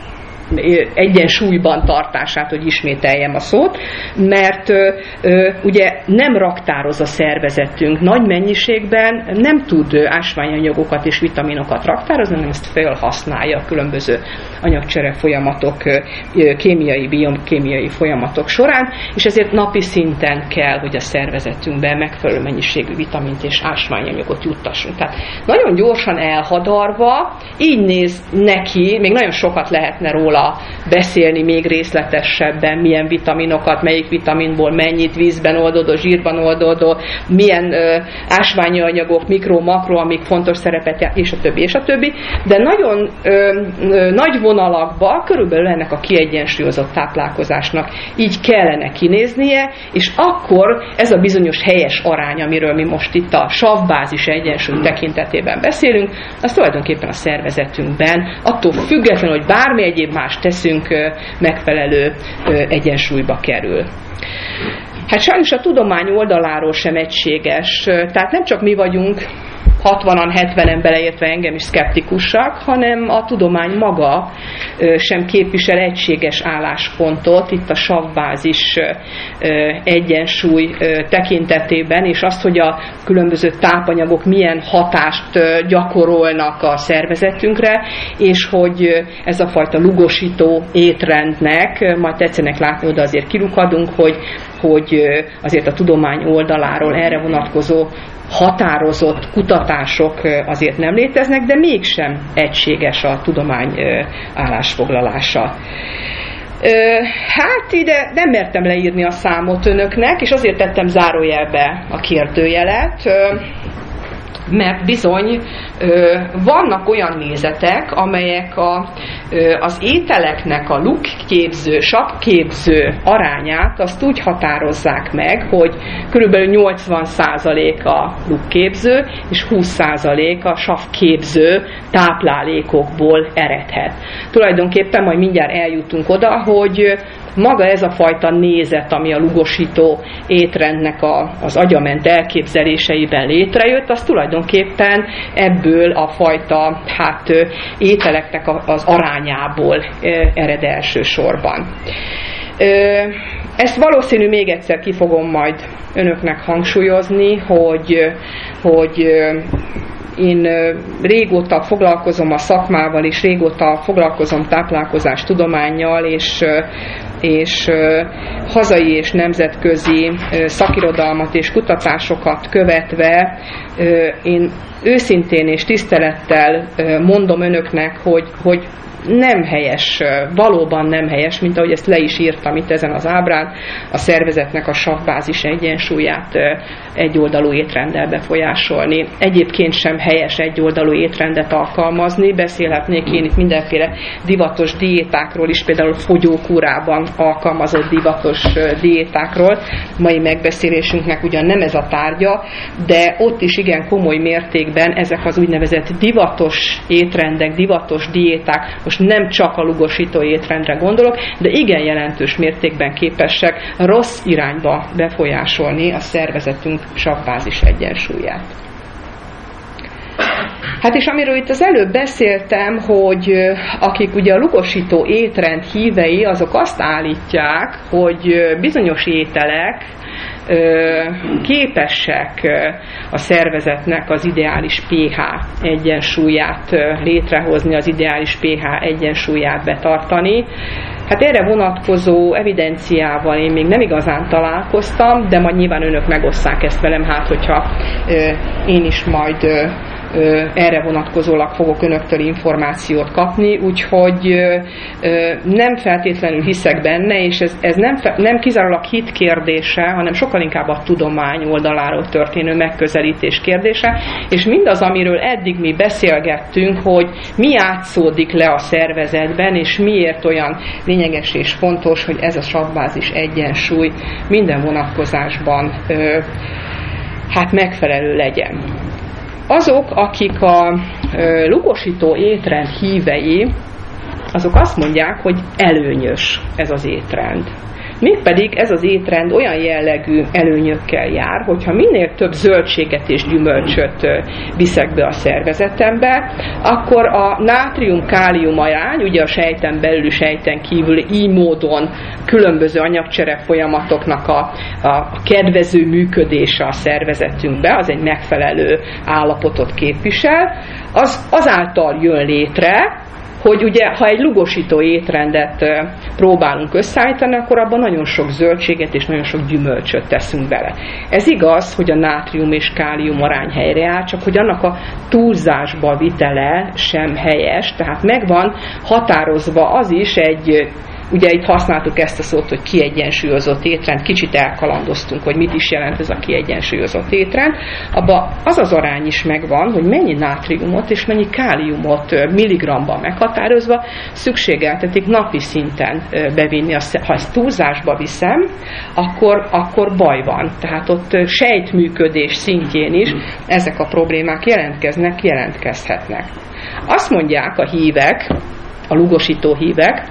egyensúlyban tartását, hogy ismételjem a szót, mert ugye nem raktároz a szervezetünk nagy mennyiségben, nem tud ásványanyagokat és vitaminokat raktározni, hanem ezt felhasználja a különböző anyagcsere folyamatok, kémiai, biokémiai folyamatok során, és ezért napi szinten kell, hogy a szervezetünkben megfelelő mennyiségű vitamint és ásványanyagot juttassunk. Tehát nagyon gyorsan elhadarva, így néz neki, még nagyon sokat lehetne róla tudja beszélni még részletesebben, milyen vitaminokat, melyik vitaminból mennyit, vízben oldódó, zsírban oldódó, milyen ásványi anyagok, mikro, makro, amik fontos szerepet játszanak, és a többi, de nagyon nagy vonalakban körülbelül ennek a kiegyensúlyozott táplálkozásnak így kellene kinéznie, és akkor ez a bizonyos helyes arány, amiről mi most itt a savbázis egyensúly tekintetében beszélünk, az tulajdonképpen a szervezetünkben, attól függetlenül, hogy bármi egyéb más teszünk, megfelelő egyensúlyba kerül. Hát sajnos a tudomány oldaláról sem egységes, tehát nem csak mi vagyunk 60-an, 70-en beleértve engem is szkeptikusak, hanem a tudomány maga sem képvisel egységes álláspontot itt a savbázis egyensúly tekintetében, és azt, hogy a különböző tápanyagok milyen hatást gyakorolnak a szervezetünkre, és hogy ez a fajta lugosító étrendnek, majd tetszenek látni, oda azért kilukadunk, hogy azért a tudomány oldaláról erre vonatkozó határozott kutatások azért nem léteznek, de mégsem egységes a tudomány állásfoglalása. Hát ide nem mertem leírni a számot önöknek, és azért tettem zárójelbe a kérdőjelet, mert bizony vannak olyan nézetek, amelyek az ételeknek a lukképző, savképző arányát azt úgy határozzák meg, hogy körülbelül 80% a lukképző és 20% a savképző táplálékokból eredhet. Tulajdonképpen majd mindjárt eljutunk oda, hogy maga ez a fajta nézet, ami a lugosító étrendnek az agyament elképzeléseiben létrejött, az tulajdonképpen ebből a fajta ételeknek az arányából ered elsősorban. Ezt valószínű még egyszer ki fogom majd önöknek hangsúlyozni, hogy én régóta foglalkozom a szakmával, és régóta foglalkozom táplálkozástudománnyal, és hazai és nemzetközi szakirodalmat és kutatásokat követve én őszintén és tisztelettel mondom önöknek, hogy nem helyes, valóban nem helyes, mint ahogy ezt le is írtam itt ezen az ábrán, a szervezetnek a savbázis egyensúlyát egyoldalú étrenddel befolyásolni. Egyébként sem helyes egyoldalú étrendet alkalmazni, beszélhetnék én itt mindenféle divatos diétákról is, például fogyókúrában alkalmazott divatos diétákról. Mai megbeszélésünknek ugyan nem ez a tárgya, de ott is igen komoly mértékben ezek az úgynevezett divatos étrendek, divatos diéták, most nem csak a lugosító étrendre gondolok, de igen jelentős mértékben képesek rossz irányba befolyásolni a szervezetünk savbázis egyensúlyát. Hát és amiről itt az előbb beszéltem, hogy akik ugye a lugosító étrend hívei, azok azt állítják, hogy bizonyos ételek képesek a szervezetnek az ideális pH egyensúlyát létrehozni, az ideális pH egyensúlyát betartani. Hát erre vonatkozó evidenciával én még nem igazán találkoztam, de majd nyilván önök megosszák ezt velem, hát hogyha én is majd erre vonatkozólag fogok önöktől információt kapni, úgyhogy nem feltétlenül hiszek benne, és ez nem kizárólag hit kérdése, hanem sokkal inkább a tudomány oldaláról történő megközelítés kérdése, és mindaz, amiről eddig mi beszélgettünk, hogy mi játszódik le a szervezetben, és miért olyan lényeges és fontos, hogy ez a savbázis egyensúly minden vonatkozásban megfelelő legyen. Azok, akik a lugosító étrend hívei, azok azt mondják, hogy előnyös ez az étrend. Mégpedig ez az étrend olyan jellegű előnyökkel jár, hogyha minél több zöldséget és gyümölcsöt viszek be a szervezetembe, akkor a nátrium-kálium arány, ugye a sejten belül, sejten kívül így módon különböző anyagcsere folyamatoknak a kedvező működése a szervezetünkbe, az egy megfelelő állapotot képvisel, az azáltal jön létre, hogy ugye, ha egy lugosító étrendet próbálunk összeállítani, akkor abban nagyon sok zöldséget és nagyon sok gyümölcsöt teszünk bele. Ez igaz, hogy a nátrium és kálium arány helyreáll, csak hogy annak a túlzásba vitele sem helyes, tehát megvan határozva az is ugye itt használtuk ezt a szót, hogy kiegyensúlyozott étrend, kicsit elkalandoztunk, hogy mit is jelent ez a kiegyensúlyozott étrend. Abban az az arány is megvan, hogy mennyi nátriumot és mennyi káliumot milligramban meghatározva szükségeltetik napi szinten bevinni. Ha ezt túlzásba viszem, akkor baj van. Tehát ott sejtműködés szintjén is ezek a problémák jelentkezhetnek. Azt mondják a hívek, a lugosító hívek,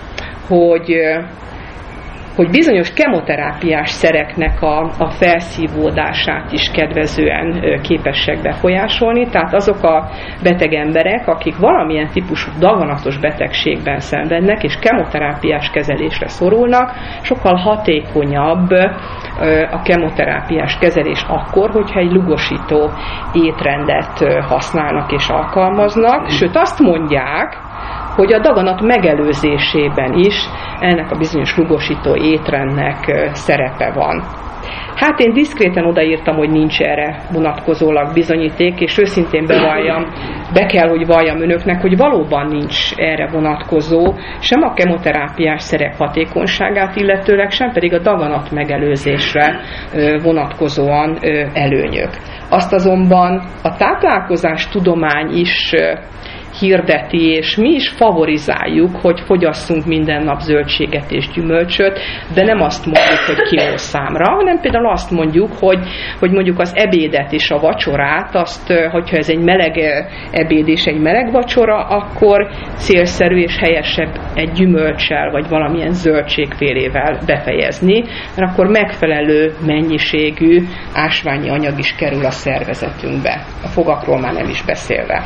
hogy bizonyos kemoterápiás szereknek a felszívódását is kedvezően képesek befolyásolni, tehát azok a beteg emberek, akik valamilyen típusú daganatos betegségben szenvednek, és kemoterápiás kezelésre szorulnak, sokkal hatékonyabb a kemoterápiás kezelés akkor, hogyha egy lugosító étrendet használnak és alkalmaznak, sőt azt mondják, hogy a daganat megelőzésében is ennek a bizonyos lugosító étrendnek szerepe van. Hát én diszkréten odaírtam, hogy nincs erre vonatkozólag bizonyíték, és őszintén be kell, hogy valljam önöknek, hogy valóban nincs erre vonatkozó, sem a kemoterápiás szerek hatékonyságát illetőleg, sem pedig a daganat megelőzésre vonatkozóan előnyök. Azt azonban a táplálkozás tudomány is hirdeti, és mi is favorizáljuk, hogy fogyasszunk minden nap zöldséget és gyümölcsöt, de nem azt mondjuk, hogy kiló számra, hanem például azt mondjuk, hogy mondjuk az ebédet és a vacsorát, hogyha ez egy meleg ebéd és egy meleg vacsora, akkor célszerű és helyesebb egy gyümölccsel, vagy valamilyen zöldségfélével befejezni, mert akkor megfelelő mennyiségű ásványi anyag is kerül a szervezetünkbe. A fogakról már nem is beszélve.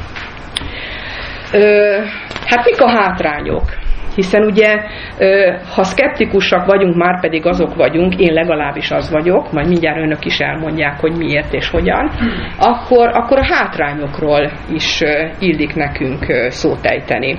Hát mik a hátrányok? Hiszen ugye, ha szkeptikusak vagyunk, már pedig azok vagyunk, én legalábbis az vagyok, majd mindjárt önök is elmondják, hogy miért és hogyan, akkor a hátrányokról is illik nekünk szót ejteni.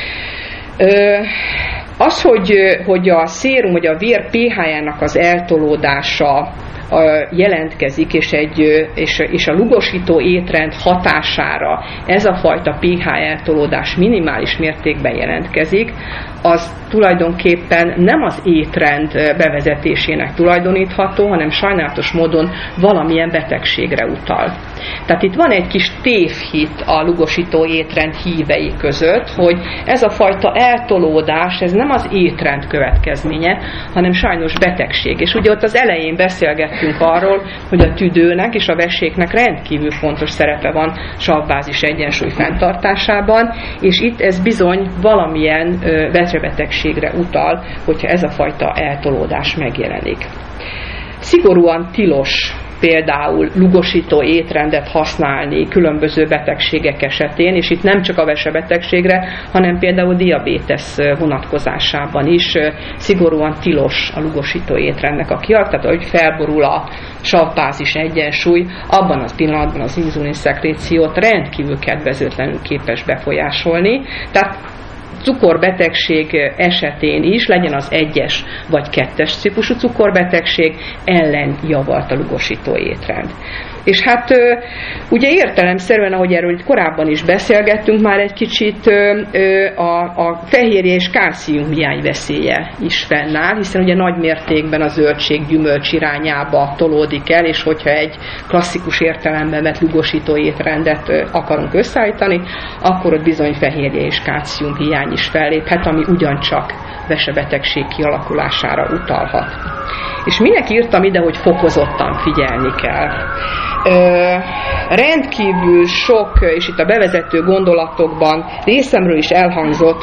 Az, hogy a szérum, vagy a vér pH-jának az eltolódása jelentkezik, és a lugosító étrend hatására ez a fajta pH eltolódás minimális mértékben jelentkezik, az tulajdonképpen nem az étrend bevezetésének tulajdonítható, hanem sajnálatos módon valamilyen betegségre utal. Tehát itt van egy kis tévhit a lugosító étrend hívei között, hogy ez a fajta eltolódás, ez nem az étrend következménye, hanem sajnos betegség. És ugye ott az elején beszélgettünk arról, hogy a tüdőnek és a veséknek rendkívül fontos szerepe van savbázis egyensúly fenntartásában, és itt ez bizony valamilyen vetrőbetegségre utal, hogyha ez a fajta eltolódás megjelenik. Szigorúan tilos például lugosító étrendet használni különböző betegségek esetén, és itt nem csak a vesebetegségre, hanem például diabétesz vonatkozásában is szigorúan tilos a lugosító étrendnek a kialakítása, tehát ahogy felborul a savbázis egyensúly, abban az pillanatban az inzulinszekrét rendkívül kedvezőtlenül képes befolyásolni. Tehát cukorbetegség esetén is, legyen az 1-es vagy 2-es típusú cukorbetegség, ellen javart a lugosító étrend. És hát ugye értelemszerűen, ahogy erről itt korábban is beszélgettünk, már egy kicsit a fehérje és kálcium hiány veszélye is fennáll, hiszen ugye nagy mértékben a zöldség gyümölcs irányába tolódik el, és hogyha egy klasszikus értelemben vett lugosító étrendet akarunk összeállítani, akkor ott bizony fehérje és kálcium hiány is felléphet, ami ugyancsak vesebetegség kialakulására utalhat. És minek írtam ide, hogy fokozottan figyelni kell? Rendkívül sok, és itt a bevezető gondolatokban részemről is elhangzott,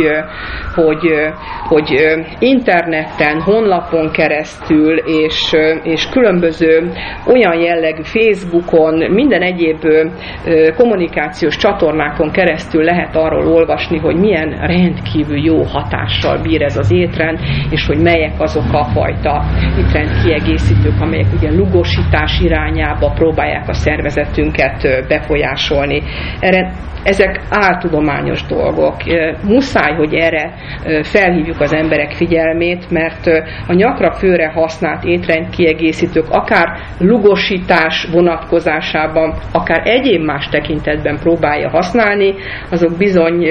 hogy interneten, honlapon keresztül, és különböző olyan jellegű Facebookon, minden egyéb kommunikációs csatornákon keresztül lehet arról olvasni, hogy milyen milyen rendkívül jó hatással bír ez az étrend, és hogy melyek azok a fajta étrendkiegészítők, amelyek ugye lugosítás irányába próbálják a szervezetünket befolyásolni. Ezek áltudományos dolgok. Muszáj, hogy erre felhívjuk az emberek figyelmét, mert a nyakra főre használt étrendkiegészítők akár lugosítás vonatkozásában, akár egyéb más tekintetben próbálja használni, azok bizony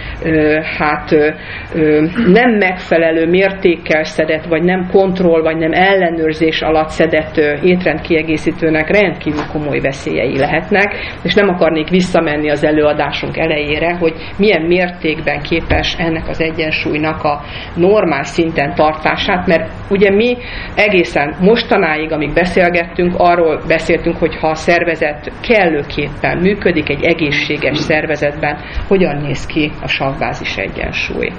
nem megfelelő mértékkel szedett, vagy nem kontroll, vagy nem ellenőrzés alatt szedett étrendkiegészítőnek rendkívül komoly veszélyei lehetnek, és nem akarnék visszamenni az előadásunk elejére, hogy milyen mértékben képes ennek az egyensúlynak a normál szinten tartását, mert ugye mi egészen mostanáig, amíg beszélgettünk, arról beszéltünk, hogy ha a szervezet kellőképpen működik egy egészséges szervezetben, hogyan néz ki a savbázis egyensúly.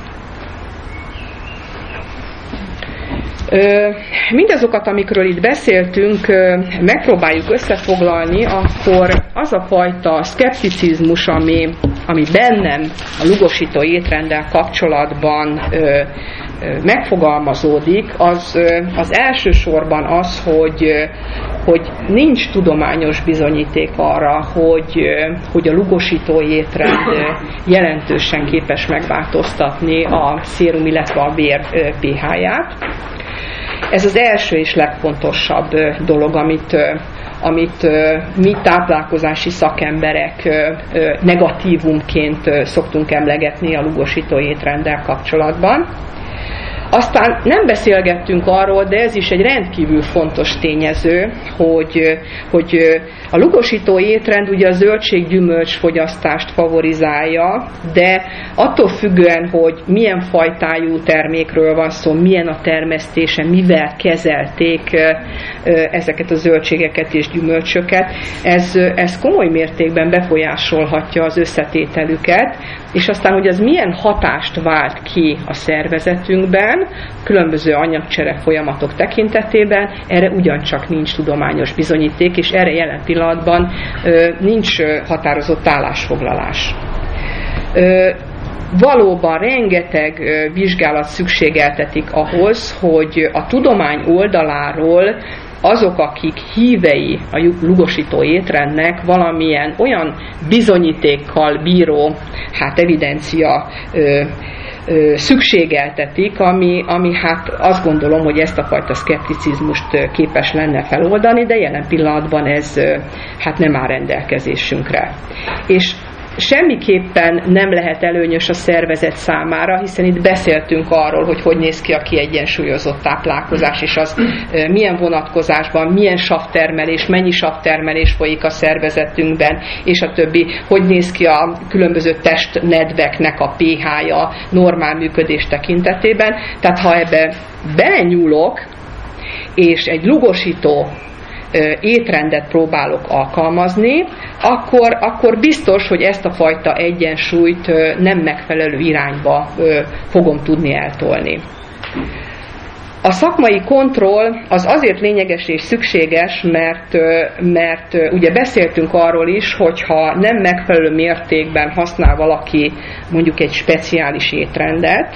Mindazokat, amikről itt beszéltünk, megpróbáljuk összefoglalni, akkor az a fajta szkepticizmus, ami bennem a lugosító étrenddel kapcsolatban megfogalmazódik, az elsősorban az, hogy nincs tudományos bizonyíték arra, hogy a lugosító étrend jelentősen képes megváltoztatni a szérum, illetve a vér pH-ját. Ez az első és legfontosabb dolog, amit mi táplálkozási szakemberek negatívumként szoktunk emlegetni a lugosító étrenddel kapcsolatban. Aztán nem beszélgettünk arról, de ez is egy rendkívül fontos tényező, hogy a lugosító étrend ugye a zöldség-gyümölcs fogyasztást favorizálja, de attól függően, hogy milyen fajtájú termékről van szó, milyen a termesztése, mivel kezelték ezeket a zöldségeket és gyümölcsöket, ez komoly mértékben befolyásolhatja az összetételüket, és aztán, hogy az milyen hatást vált ki a szervezetünkben, különböző anyagcsere folyamatok tekintetében, erre ugyancsak nincs tudományos bizonyíték, és erre jelen pillanatban nincs határozott állásfoglalás. Valóban rengeteg vizsgálat szükségeltetik ahhoz, hogy a tudomány oldaláról azok, akik hívei a lugosító étrendnek, valamilyen olyan bizonyítékkal bíró evidencia szükségeltetik, ami azt gondolom, hogy ezt a fajta szkepticizmust képes lenne feloldani, de jelen pillanatban ez nem áll rendelkezésünkre. És semmiképpen nem lehet előnyös a szervezet számára, hiszen itt beszéltünk arról, hogy néz ki a kiegyensúlyozott táplálkozás, és az milyen vonatkozásban, milyen savtermelés, mennyi savtermelés folyik a szervezetünkben, és a többi, hogy néz ki a különböző testnedveknek a pH-ja normál működés tekintetében. Tehát ha ebbe belenyúlok, és egy lugosító étrendet próbálok alkalmazni, akkor biztos, hogy ezt a fajta egyensúlyt nem megfelelő irányba fogom tudni eltolni. A szakmai kontroll az azért lényeges és szükséges, mert ugye beszéltünk arról is, hogyha nem megfelelő mértékben használ valaki mondjuk egy speciális étrendet,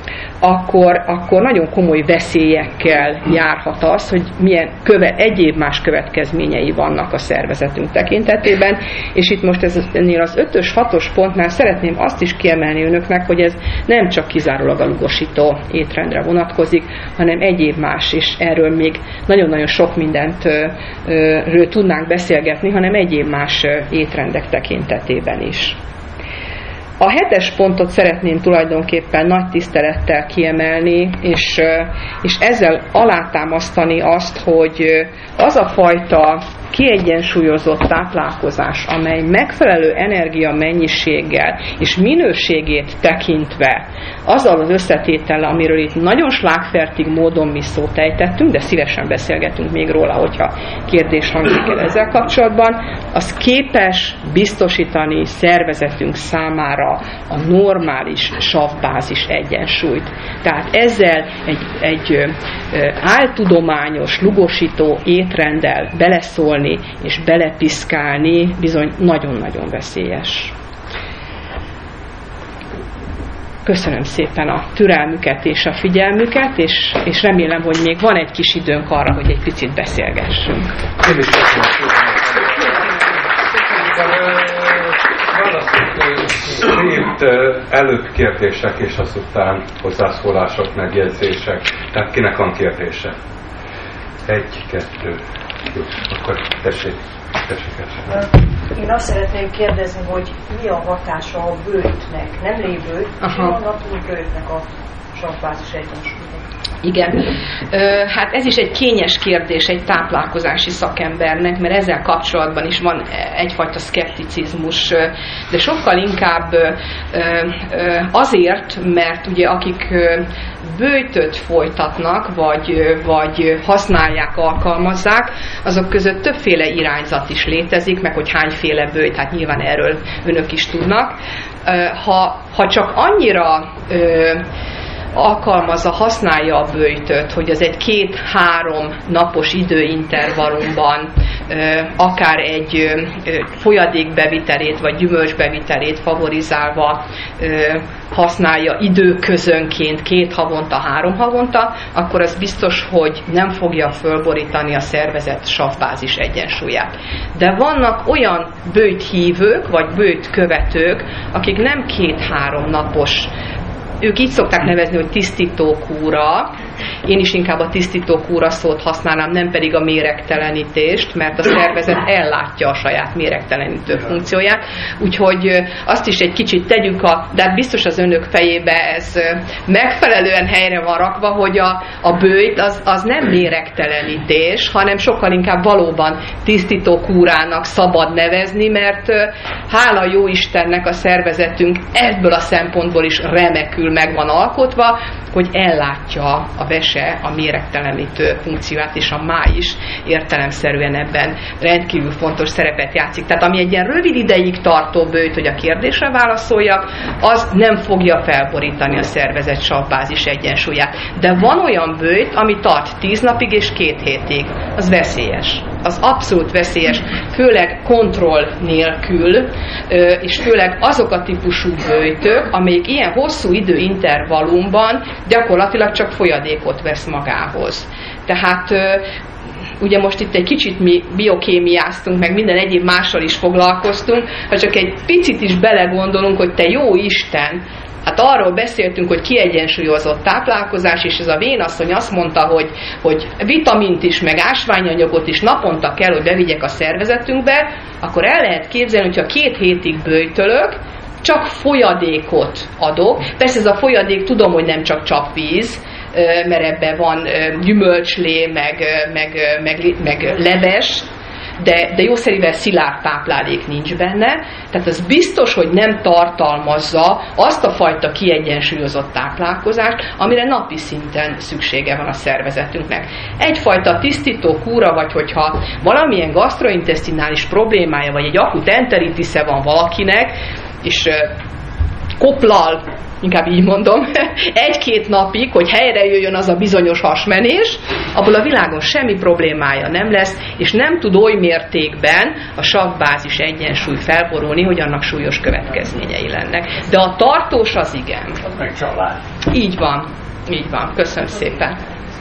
akkor nagyon komoly veszélyekkel járhat az, hogy milyen egyéb más következményei vannak a szervezetünk tekintetében, és itt most ennél az 5-ös, 6-os pontnál szeretném azt is kiemelni önöknek, hogy ez nem csak kizárólag a lugosító étrendre vonatkozik, hanem egyéb más, és erről még nagyon-nagyon sok mindentről tudnánk beszélgetni, hanem egyéb más étrendek tekintetében is. A 7-es pontot szeretném tulajdonképpen nagy tisztelettel kiemelni, és ezzel alátámasztani azt, hogy az a fajta kiegyensúlyozott táplálkozás, amely megfelelő energiamennyiséggel és minőségét tekintve azzal az összetétellel, amiről itt nagyon slágfertig módon mi szót ejtettünk, de szívesen beszélgetünk még róla, hogyha kérdés hangzik el ezzel kapcsolatban, az képes biztosítani szervezetünk számára a normális savbázis egyensúlyt. Tehát ezzel egy áltudományos, lugosító étrenddel beleszólni és belepiszkálni bizony nagyon-nagyon veszélyes. Köszönöm szépen a türelmüket és a figyelmüket, és remélem, hogy még van egy kis időnk arra, hogy egy picit beszélgessünk. Én is Itt előbb kérdések, és azután hozzászólások, megjegyzések. Tehát kinek van kérdése? 1, 2, jó, akkor tessék. Én azt szeretném kérdezni, hogy mi a hatása a bőjtnek, nem lévő, mi a túlbőjtnek a savbázis egyensúlyban? Igen. Hát ez is egy kényes kérdés egy táplálkozási szakembernek, mert ezzel kapcsolatban is van egyfajta szkepticizmus, de sokkal inkább azért, mert ugye akik böjtöt folytatnak, vagy használják, alkalmazzák, azok között többféle irányzat is létezik, meg hogy hányféle böjt, hát nyilván erről önök is tudnak. Ha csak annyira használja a böjtöt, hogy az egy 2-3 napos időintervallumban akár egy folyadékbevitelét vagy gyümölcsbevitelét favorizálva használja időközönként 2 havonta, 3 havonta, akkor az biztos, hogy nem fogja fölborítani a szervezet savbázis egyensúlyát. De vannak olyan böjthívők vagy böjtkövetők, akik nem 2-3 napos, ők így szokták nevezni, hogy tisztítókúra. Én is inkább a tisztítókúra szót használnám, nem pedig a méregtelenítést, mert a szervezet ellátja a saját méregtelenítő funkcióját. Úgyhogy azt is egy kicsit tegyünk, de hát biztos az önök fejébe ez megfelelően helyre van rakva, hogy a böjt az nem méregtelenítés, hanem sokkal inkább valóban tisztítókúrának szabad nevezni, mert hála jó Istennek a szervezetünk ebből a szempontból is remekül meg van alkotva, hogy ellátja a vese a méregtelenítő funkcióját, és a máj is értelemszerűen ebben rendkívül fontos szerepet játszik. Tehát ami egy ilyen rövid ideig tartó böjt, hogy a kérdésre válaszoljak, az nem fogja felborítani a szervezet savbázis egyensúlyát. De van olyan böjt, ami tart 10 napig és 2 hétig. Az veszélyes. Az abszolút veszélyes, főleg kontroll nélkül, és főleg azok a típusú böjtök, amelyik ilyen hosszú időintervallumban gyakorlatilag csak folyadékot vesz magához. Tehát ugye most itt egy kicsit mi biokémiáztunk, meg minden egyéb mással is foglalkoztunk, ha csak egy picit is belegondolunk, hogy te jó Isten, hát arról beszéltünk, hogy kiegyensúlyozott táplálkozás, és ez a vénasszony azt mondta, hogy vitamint is, meg ásványanyagot is naponta kell, hogy bevigyek a szervezetünkbe, akkor el lehet képzelni, hogyha 2 hétig böjtölök, csak folyadékot adok. Persze ez a folyadék, tudom, hogy nem csak csapvíz, mert ebben van gyümölcslé, meg leves, de jószerivel szilárd táplálék nincs benne, tehát az biztos, hogy nem tartalmazza azt a fajta kiegyensúlyozott táplálkozást, amire napi szinten szüksége van a szervezetünknek. Egyfajta tisztító kúra, vagy hogyha valamilyen gasztrointesztinális problémája, vagy egy akut enteritisze van valakinek, és koplal, inkább így mondom, 1-2 napig, hogy helyre jöjjön az a bizonyos hasmenés, abból a világon semmi problémája nem lesz, és nem tud oly mértékben a savbázis egyensúly felborulni, hogy annak súlyos következményei lennek. De a tartós az igen. Az meg család. Így van. Így van. Köszönöm szépen.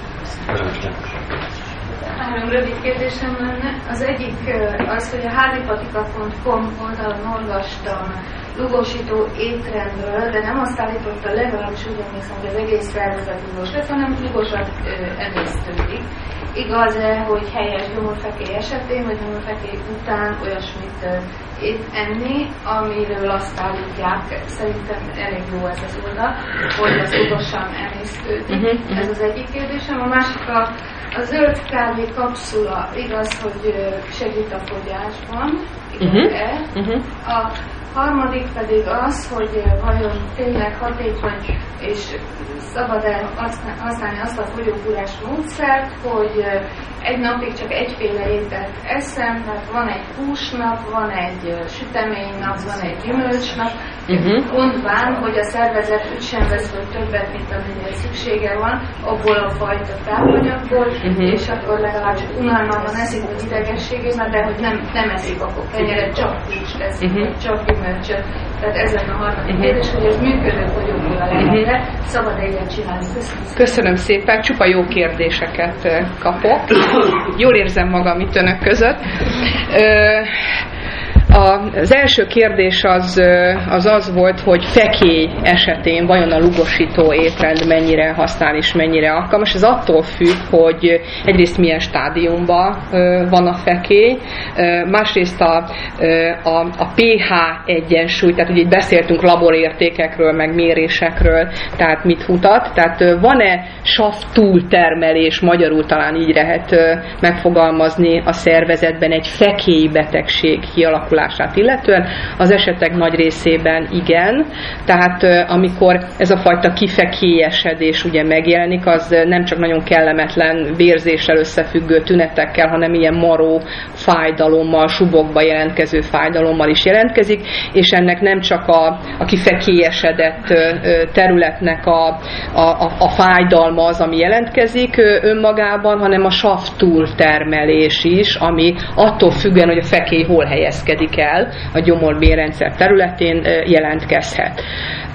3 rövid kérdésem lenne. Az egyik az, hogy a hárlipatika.com oldalon olvastam lugosító étrendről, de nem azt állította, legalábbis úgy emlékszem, hogy az egész szervezet lugos lesz, hanem lugosat emésztődik. Igaz-e, hogy helyes gyomorfekély esetén, vagy gyomorfekély után olyasmit enni, amiről azt állítják, szerintem elég jó ez az oldal, hogy az lugosan emésztődik. Ez az egyik kérdésem. A másik a zöld kávé kapszula, igaz, hogy segít a fogyásban, igaz-e? A harmadik pedig az, hogy vajon tényleg hatékony és szabad-e használni azt a fogyókúrás módszert, hogy egy napig csak egyféle ételt eszem, tehát van egy húsnap, van egy süteménynap, van egy gyümölcsnap, mondván, hogy a szervezet úgysem vesz föl többet, mint amire szüksége van, abból a fajta tápanyagból, és akkor legalább csak unalmában eszik az idegességében, de hogy nem eszik akkor kenyeret, csak húst eszik, csak gyümölcsöt. Tehát ez lenne a harmadik kérdés, hogy ez működő fogyókúra lehet-e, szabad egyet csinálni. Köszönöm szépen, csupa jó kérdéseket kapok. Jól érzem magam itt önök között. Az első kérdés az volt, hogy fekély esetén vajon a lugosító étrend mennyire használ és mennyire alkalmas. Ez attól függ, hogy egyrészt milyen stádiumban van a fekély, másrészt a pH egyensúly, tehát ugye beszéltünk laborértékekről, meg mérésekről, tehát mit mutat. Tehát van-e sav túltermelés, magyarul talán így lehet megfogalmazni a szervezetben egy fekély betegség kialakulását illetően, az esetek nagy részében igen. Tehát amikor ez a fajta kifekélyesedés ugye megjelenik, az nem csak nagyon kellemetlen vérzéssel összefüggő tünetekkel, hanem ilyen maró fájdalommal, subokba jelentkező fájdalommal is jelentkezik, és ennek nem csak a kifekélyesedett területnek a fájdalma az, ami jelentkezik önmagában, hanem a sav túltermelés is, ami attól függően, hogy a fekély hol helyezkedik el a gyomor-bélrendszer területén jelentkezhet.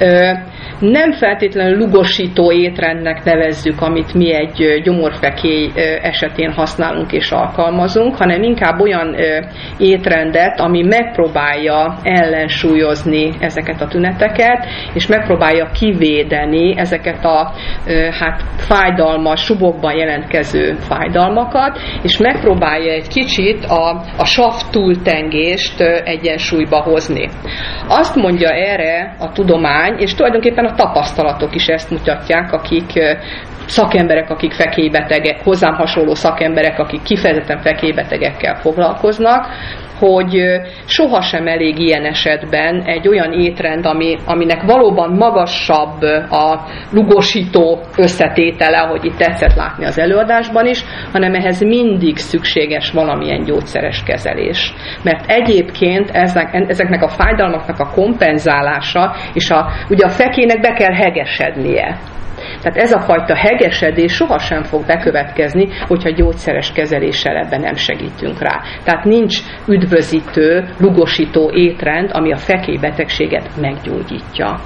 Nem feltétlenül lugosító étrendnek nevezzük, amit mi egy gyomorfekély esetén használunk és alkalmazunk, hanem inkább olyan étrendet, ami megpróbálja ellensúlyozni ezeket a tüneteket, és megpróbálja kivédeni ezeket a fájdalmas, subokban jelentkező fájdalmakat, és megpróbálja egy kicsit a sav túltengést egyensúlyba hozni. Azt mondja erre a tudomány, és tulajdonképpen a tapasztalatok is ezt mutatják, akik szakemberek, akik fekélybetegek, hozzám hasonló szakemberek, akik kifejezetten fekélybetegekkel foglalkoznak, hogy sohasem elég ilyen esetben egy olyan étrend, aminek valóban magasabb a lugosító összetétele, ahogy itt tetszett látni az előadásban is, hanem ehhez mindig szükséges valamilyen gyógyszeres kezelés. Mert egyébként ezeknek a fájdalmaknak a kompenzálása, és ugye a fekélynek be kell hegesednie. Tehát ez a fajta hegesedés sohasem fog bekövetkezni, hogyha gyógyszeres kezeléssel ebben nem segítünk rá. Tehát nincs üdvözítő, lugosító étrend, ami a fekélybetegséget meggyógyítja.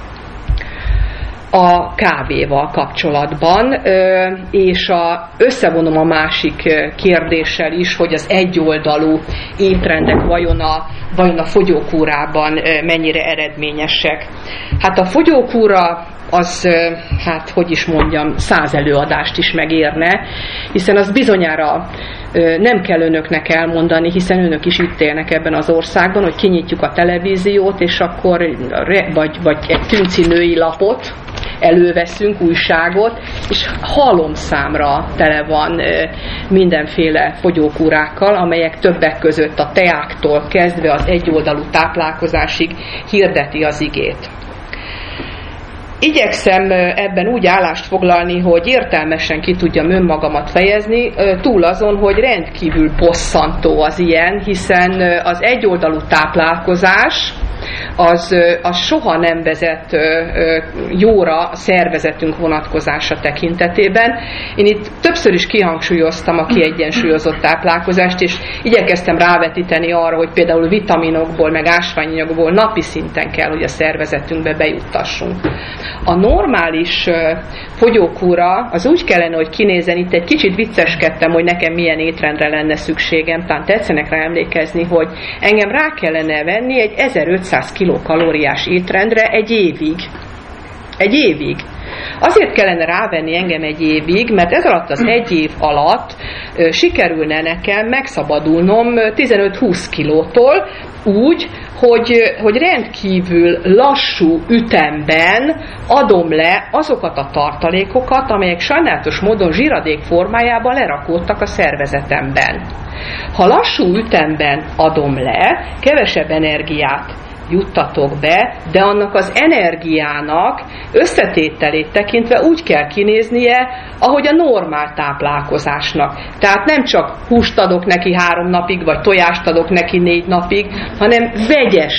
A kávéval kapcsolatban, és összevonom a másik kérdéssel is, hogy az egyoldalú étrendek vajon a fogyókúrában mennyire eredményesek. Hát a fogyókúra az, 100 előadást is megérne, hiszen az bizonyára nem kell önöknek elmondani, hiszen önök is itt élnek ebben az országban, hogy kinyitjuk a televíziót, és akkor vagy egy tünci női lapot előveszünk, újságot, és halomszámra tele van mindenféle fogyókúrákkal, amelyek többek között a teáktól kezdve az egyoldalú táplálkozásig hirdeti az igét. Igyekszem ebben úgy állást foglalni, hogy értelmesen ki tudjam önmagamat fejezni, túl azon, hogy rendkívül bosszantó az ilyen, hiszen az egyoldalú táplálkozás az soha nem vezet jóra a szervezetünk vonatkozása tekintetében. Én itt többször is kihangsúlyoztam a kiegyensúlyozott táplálkozást, és igyekeztem rávetíteni arra, hogy például vitaminokból, meg ásványanyagból napi szinten kell, hogy a szervezetünkbe bejuttassunk. A normális fogyókúra az úgy kellene, hogy kinézzen, itt egy kicsit vicceskedtem, hogy nekem milyen étrendre lenne szükségem, talán tetszenek rá emlékezni, hogy engem rá kellene venni egy 1500 kilokalóriás étrendre egy évig. Egy évig. Azért kellene rávenni engem egy évig, mert ez alatt az egy év alatt sikerülne nekem megszabadulnom 15-20 kilótól úgy, hogy rendkívül lassú ütemben adom le azokat a tartalékokat, amelyek sajnálatos módon zsiradék formájában lerakódtak a szervezetemben. Ha lassú ütemben adom le, kevesebb energiát juttatok be, de annak az energiának összetételét tekintve úgy kell kinéznie, ahogy a normál táplálkozásnak. Tehát nem csak húst adok neki 3 napig, vagy tojást adok neki 4 napig, hanem vegyes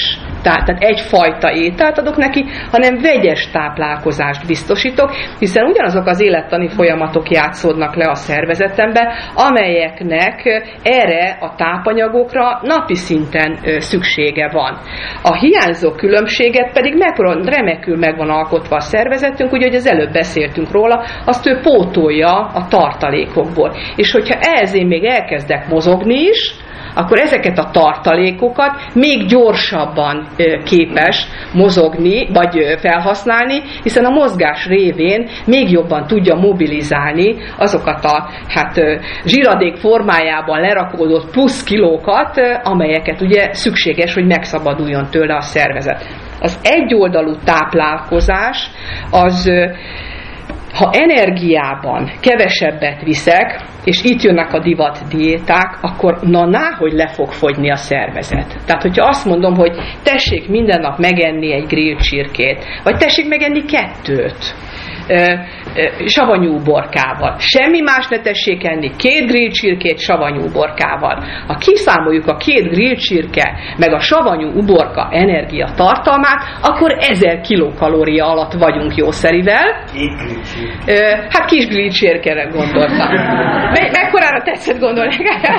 tehát egyfajta ételt adok neki, hanem vegyes táplálkozást biztosítok, hiszen ugyanazok az élettani folyamatok játszódnak le a szervezetembe, amelyeknek erre a tápanyagokra napi szinten szüksége van. A hiányzó különbséget pedig remekül meg van alkotva a szervezetünk, ugye, hogy az előbb beszéltünk róla, azt ő pótolja a tartalékokból. És hogyha ehhez én még elkezdek mozogni is, akkor ezeket a tartalékokat még gyorsabban képes mozogni, vagy felhasználni, hiszen a mozgás révén még jobban tudja mobilizálni azokat a zsiradék formájában lerakódott plusz kilókat, amelyeket ugye szükséges, hogy megszabaduljon tőle a szervezet. Az egyoldalú táplálkozás az, ha energiában kevesebbet viszek, és itt jönnek a divat diéták, akkor hogy le fog fogyni a szervezet. Tehát, hogyha azt mondom, hogy tessék minden nap megenni egy grill csirkét, vagy tessék megenni 2 savanyú uborkával. Semmi más ne tessék enni, 2 grillcsirkét savanyú uborkával. Ha kiszámoljuk a 2 grillcsirke meg a savanyú uborka energia tartalmát, akkor 1000 kilokalória alatt vagyunk jószerivel. Hát kis grillcsirkére gondoltam. Mekkorára tetszett gondolni?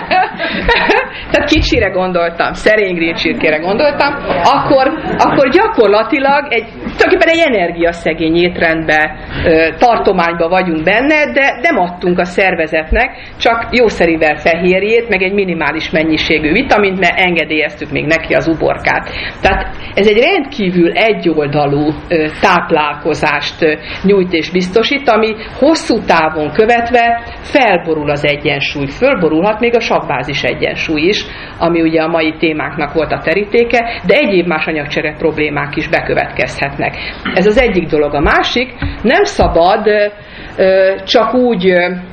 Tehát kicsire gondoltam, szerény grillcsirkére gondoltam, akkor gyakorlatilag tulajdonképpen egy energiaszegény étrendbe, tartományban vagyunk benne, de nem adtunk a szervezetnek csak jószerivel fehérjét, meg egy minimális mennyiségű vitamint, mert engedélyeztük még neki az uborkát. Tehát ez egy rendkívül egyoldalú táplálkozást nyújt és biztosít, ami hosszú távon követve felborul az egyensúly. Fölborulhat még a savbázis egyensúly is, ami ugye a mai témáknak volt a terítéke, de egyéb más anyagcsere problémák is bekövetkezhetnek. Ez az egyik dolog. A másik, nem szabad csak úgy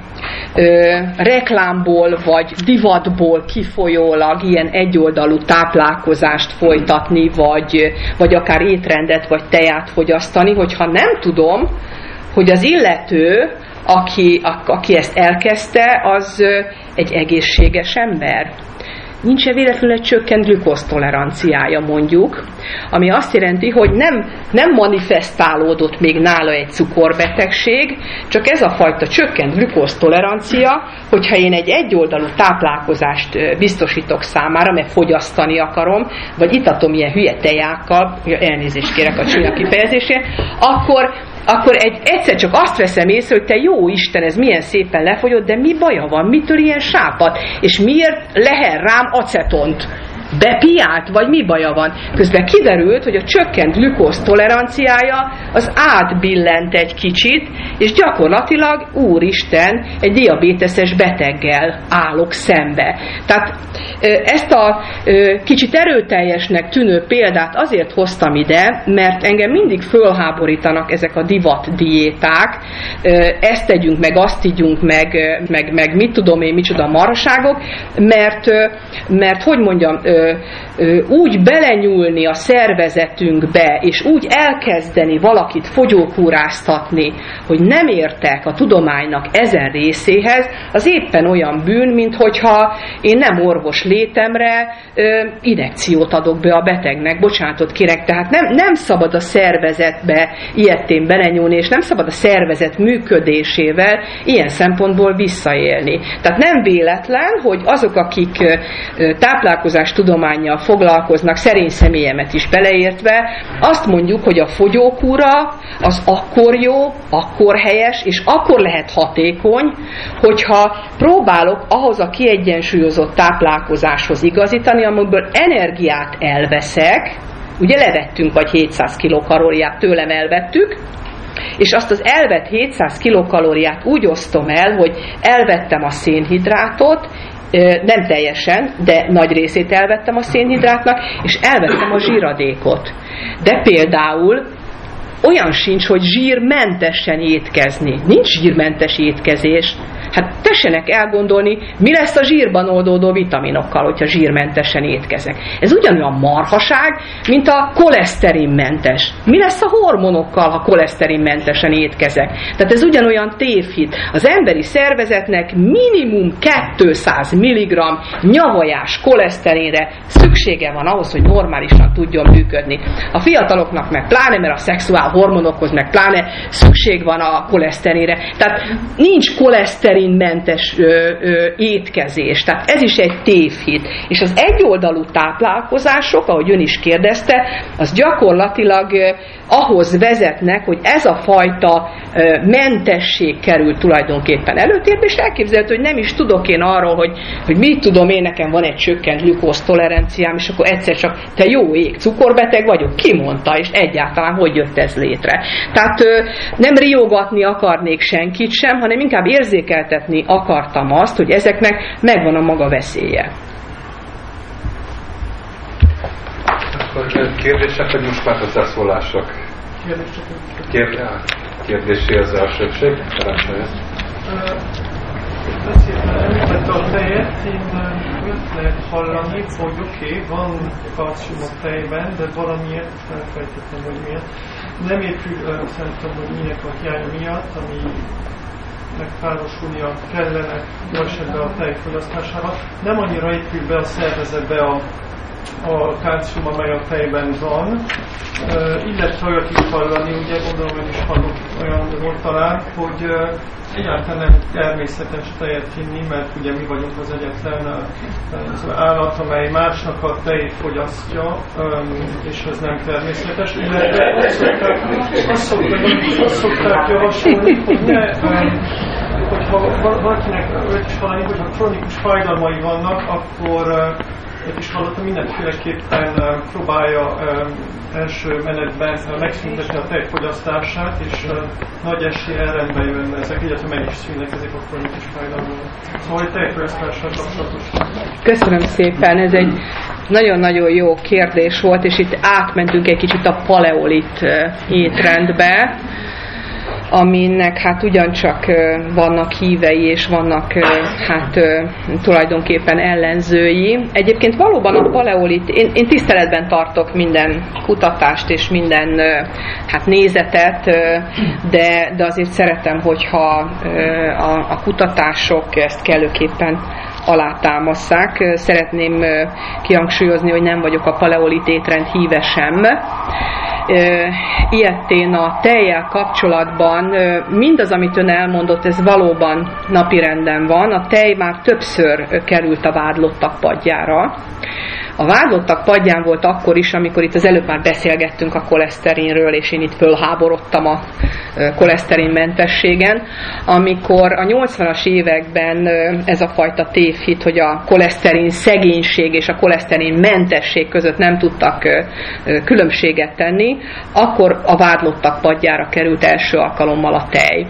reklámból vagy divatból kifolyólag ilyen egyoldalú táplálkozást folytatni, vagy akár étrendet vagy teját fogyasztani, hogyha nem tudom, hogy az illető, aki ezt elkezdte, az egy egészséges ember. Nincs-e véletlenül egy csökkent glükóztoleranciája, mondjuk, ami azt jelenti, hogy nem manifestálódott még nála egy cukorbetegség, csak ez a fajta csökkent glükóztolerancia, hogyha én egy egyoldalú táplálkozást biztosítok számára, mert fogyasztani akarom, vagy itatom ilyen hülye tejákkal, elnézést kérek a csúnya kifejezésén, akkor egyszer csak azt veszem észre, hogy te jó Isten, ez milyen szépen lefogyott, de mi baja van, mitől ilyen sápad, és miért leher rám acetont? Bepiált, vagy mi baja van? Közben kiderült, hogy a csökkent glükóztoleranciája az átbillent egy kicsit, és gyakorlatilag, úristen, egy diabéteses beteggel állok szembe. Tehát ezt a kicsit erőteljesnek tűnő példát azért hoztam ide, mert engem mindig fölháborítanak ezek a divat diéták, ezt tegyünk meg, azt ígyunk meg mit tudom én, micsoda marhaságok, mert hogy mondjam, úgy belenyúlni a szervezetünkbe, és úgy elkezdeni valakit fogyókúráztatni, hogy nem értek a tudománynak ezen részéhez, az éppen olyan bűn, mint hogyha én nem orvos létemre injekciót adok be a betegnek, bocsánatot kérek, tehát nem szabad a szervezetbe ilyetén belenyúlni, és nem szabad a szervezet működésével ilyen szempontból visszaélni. Tehát nem véletlen, hogy azok, akik táplálkozás tudománnyal foglalkoznak, szerény személyemet is beleértve, azt mondjuk, hogy a fogyókúra az akkor jó, akkor helyes, és akkor lehet hatékony, hogyha próbálok ahhoz a kiegyensúlyozott táplálkozáshoz igazítani, amiből energiát elveszek, ugye levettünk vagy 700 kilokalóriát, tőlem elvettük, és azt az elvett 700 kilokalóriát úgy osztom el, hogy elvettem a szénhidrátot, nem teljesen, de nagy részét elvettem a szénhidrátnak, és elvettem a zsíradékot. De például olyan sincs, hogy zsírmentesen étkezni. Nincs zsírmentes étkezés. Hát tessenek elgondolni, mi lesz a zsírban oldódó vitaminokkal, hogyha zsírmentesen étkezek. Ez ugyanolyan marhaság, mint a koleszterinmentes. Mi lesz a hormonokkal, ha koleszterinmentesen étkezek? Tehát ez ugyanolyan tévhit. Az emberi szervezetnek minimum 200 mg nyavajás koleszterinre szüksége van ahhoz, hogy normálisan tudjon működni. A fiataloknak meg pláne, mert a szexuál hormonokhoz meg pláne szükség van a koleszterinre. Tehát nincs koleszterinmentes étkezés. Tehát ez is egy tévhit. És az egyoldalú táplálkozások, ahogy ön is kérdezte, az gyakorlatilag ahhoz vezetnek, hogy ez a fajta mentesség kerül tulajdonképpen előtérbe, és elképzelhető, hogy nem is tudok én arról, hogy mit tudom én, nekem van egy csökkent glükóztoleranciám, és akkor egyszer csak te jó ég, cukorbeteg vagyok, ki mondta, és egyáltalán hogy jött ez létre. Tehát nem riogatni akarnék senkit sem, hanem inkább érzékeltetni akartam azt, hogy ezeknek megvan a maga veszélye. Akkor kérdések, vagy most már hozzászólások? Kérdésé az elsőség? Parancsolja. Említette a tejet, én úgy lehet hallani, hogy oké, van kalcium a tejben, de valamiért elfelejtettem, hogy miért. Nem épül, szerintem, hogy minek a hiánya miatt, ami megkárosulnia kellene jó esetben a tej fogyasztására. Nem annyira épül be a szervezetbe a kalcium, amely a tejben van, illetve olyat is hallani, ugye gondolom, hogy is hallok olyanról talán, hogy egyáltalán nem természetes tejet hinni, mert ugye mi vagyunk az egyetlen állat, amely másnak a tejét fogyasztja, és ez nem természetes. Illetve azt szokták javasolni, hogy hogyha valakinek olyat is hallani, hogyha kronikus fájdalmai vannak, akkor is hallottam, mindenféleképpen próbálja első menetben megszüntetni a tejfogyasztását, és nagy eséllyel rendbe jönne ezek, illetve meg is szűnnek ezek a kronikus fájdalmak. Szóval egy tejfogyasztással kapcsolatos. Köszönöm szépen, ez egy nagyon-nagyon jó kérdés volt, és itt átmentünk egy kicsit a paleolit étrendbe, aminek hát ugyancsak vannak hívei, és vannak hát tulajdonképpen ellenzői. Egyébként valóban a paleolit, én tiszteletben tartok minden kutatást és minden hát nézetet, de azért szeretem, hogyha a kutatások ezt kellőképpen alátámasszák. Szeretném kihangsúlyozni, hogy nem vagyok a paleolit étrend híve sem. Ilyetén a tejjel kapcsolatban mindaz, amit ön elmondott, ez valóban napirenden van. A tej már többször került a vádlottak padjára. A vádlottak padján volt akkor is, amikor itt az előbb már beszélgettünk a koleszterinről, és én itt fölháborodtam a koleszterinmentességen, amikor a 80-as években ez a fajta tévhit, hogy a koleszterin szegénység és a koleszterin mentesség között nem tudtak különbséget tenni, akkor a vádlottak padjára került első alkalommal a tej.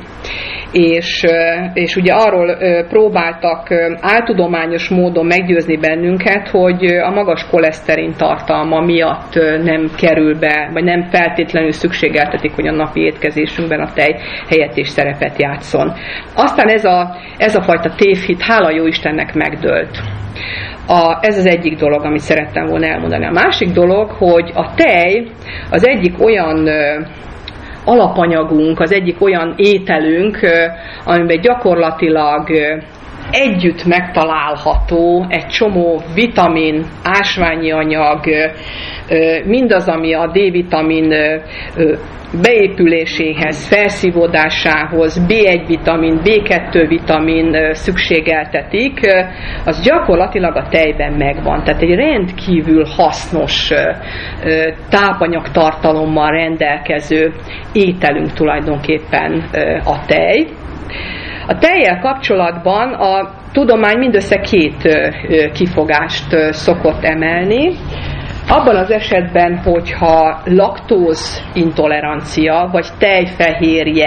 És ugye arról próbáltak áltudományos módon meggyőzni bennünket, hogy a magas koleszterin tartalma miatt nem kerül be, vagy nem feltétlenül szükségeltetik, hogy a napi étkezésünkben a tej helyet és szerepet játszon. Aztán ez a fajta tévhit, hála jó Istennek, megdőlt. Ez az egyik dolog, amit szerettem volna elmondani. A másik dolog, hogy a tej az egyik olyan alapanyagunk, az egyik olyan ételünk, amiben gyakorlatilag együtt megtalálható egy csomó vitamin, ásványi anyag, mindaz, ami a D-vitamin beépüléséhez, felszívódásához, B1 vitamin, B2 vitamin szükségeltetik, az gyakorlatilag a tejben megvan. Tehát egy rendkívül hasznos tápanyagtartalommal rendelkező ételünk tulajdonképpen a tej. A tejjel kapcsolatban a tudomány mindössze két kifogást szokott emelni. Abban az esetben, hogyha laktóz intolerancia, vagy tejfehérje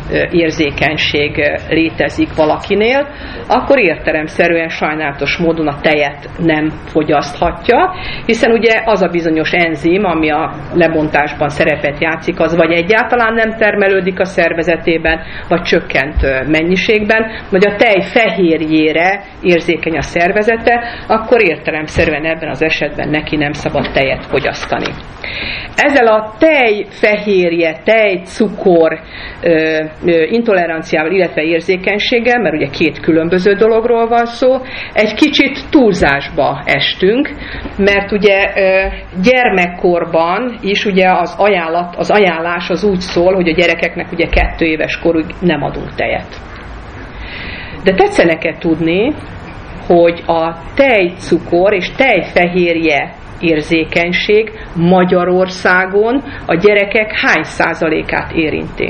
érzékenység létezik valakinél, akkor értelemszerűen sajnálatos módon a tejet nem fogyaszthatja, hiszen ugye az a bizonyos enzim, ami a lebontásban szerepet játszik, az vagy egyáltalán nem termelődik a szervezetében, vagy csökkent mennyiségben, vagy a tej fehérjére érzékeny a szervezete, akkor értelemszerűen ebben az esetben neki nem szabad tejet fogyasztani. Ezzel a tejfehérje, tejcukor intoleranciával, illetve érzékenységgel, mert ugye két különböző dologról van szó, egy kicsit túlzásba estünk, mert ugye gyermekkorban is ugye az ajánlás az úgy szól, hogy a gyerekeknek ugye 2 éves korig nem adunk tejet. De tetszene tudni, hogy a tejcukor és tejfehérje érzékenység Magyarországon a gyerekek hány százalékát érinti?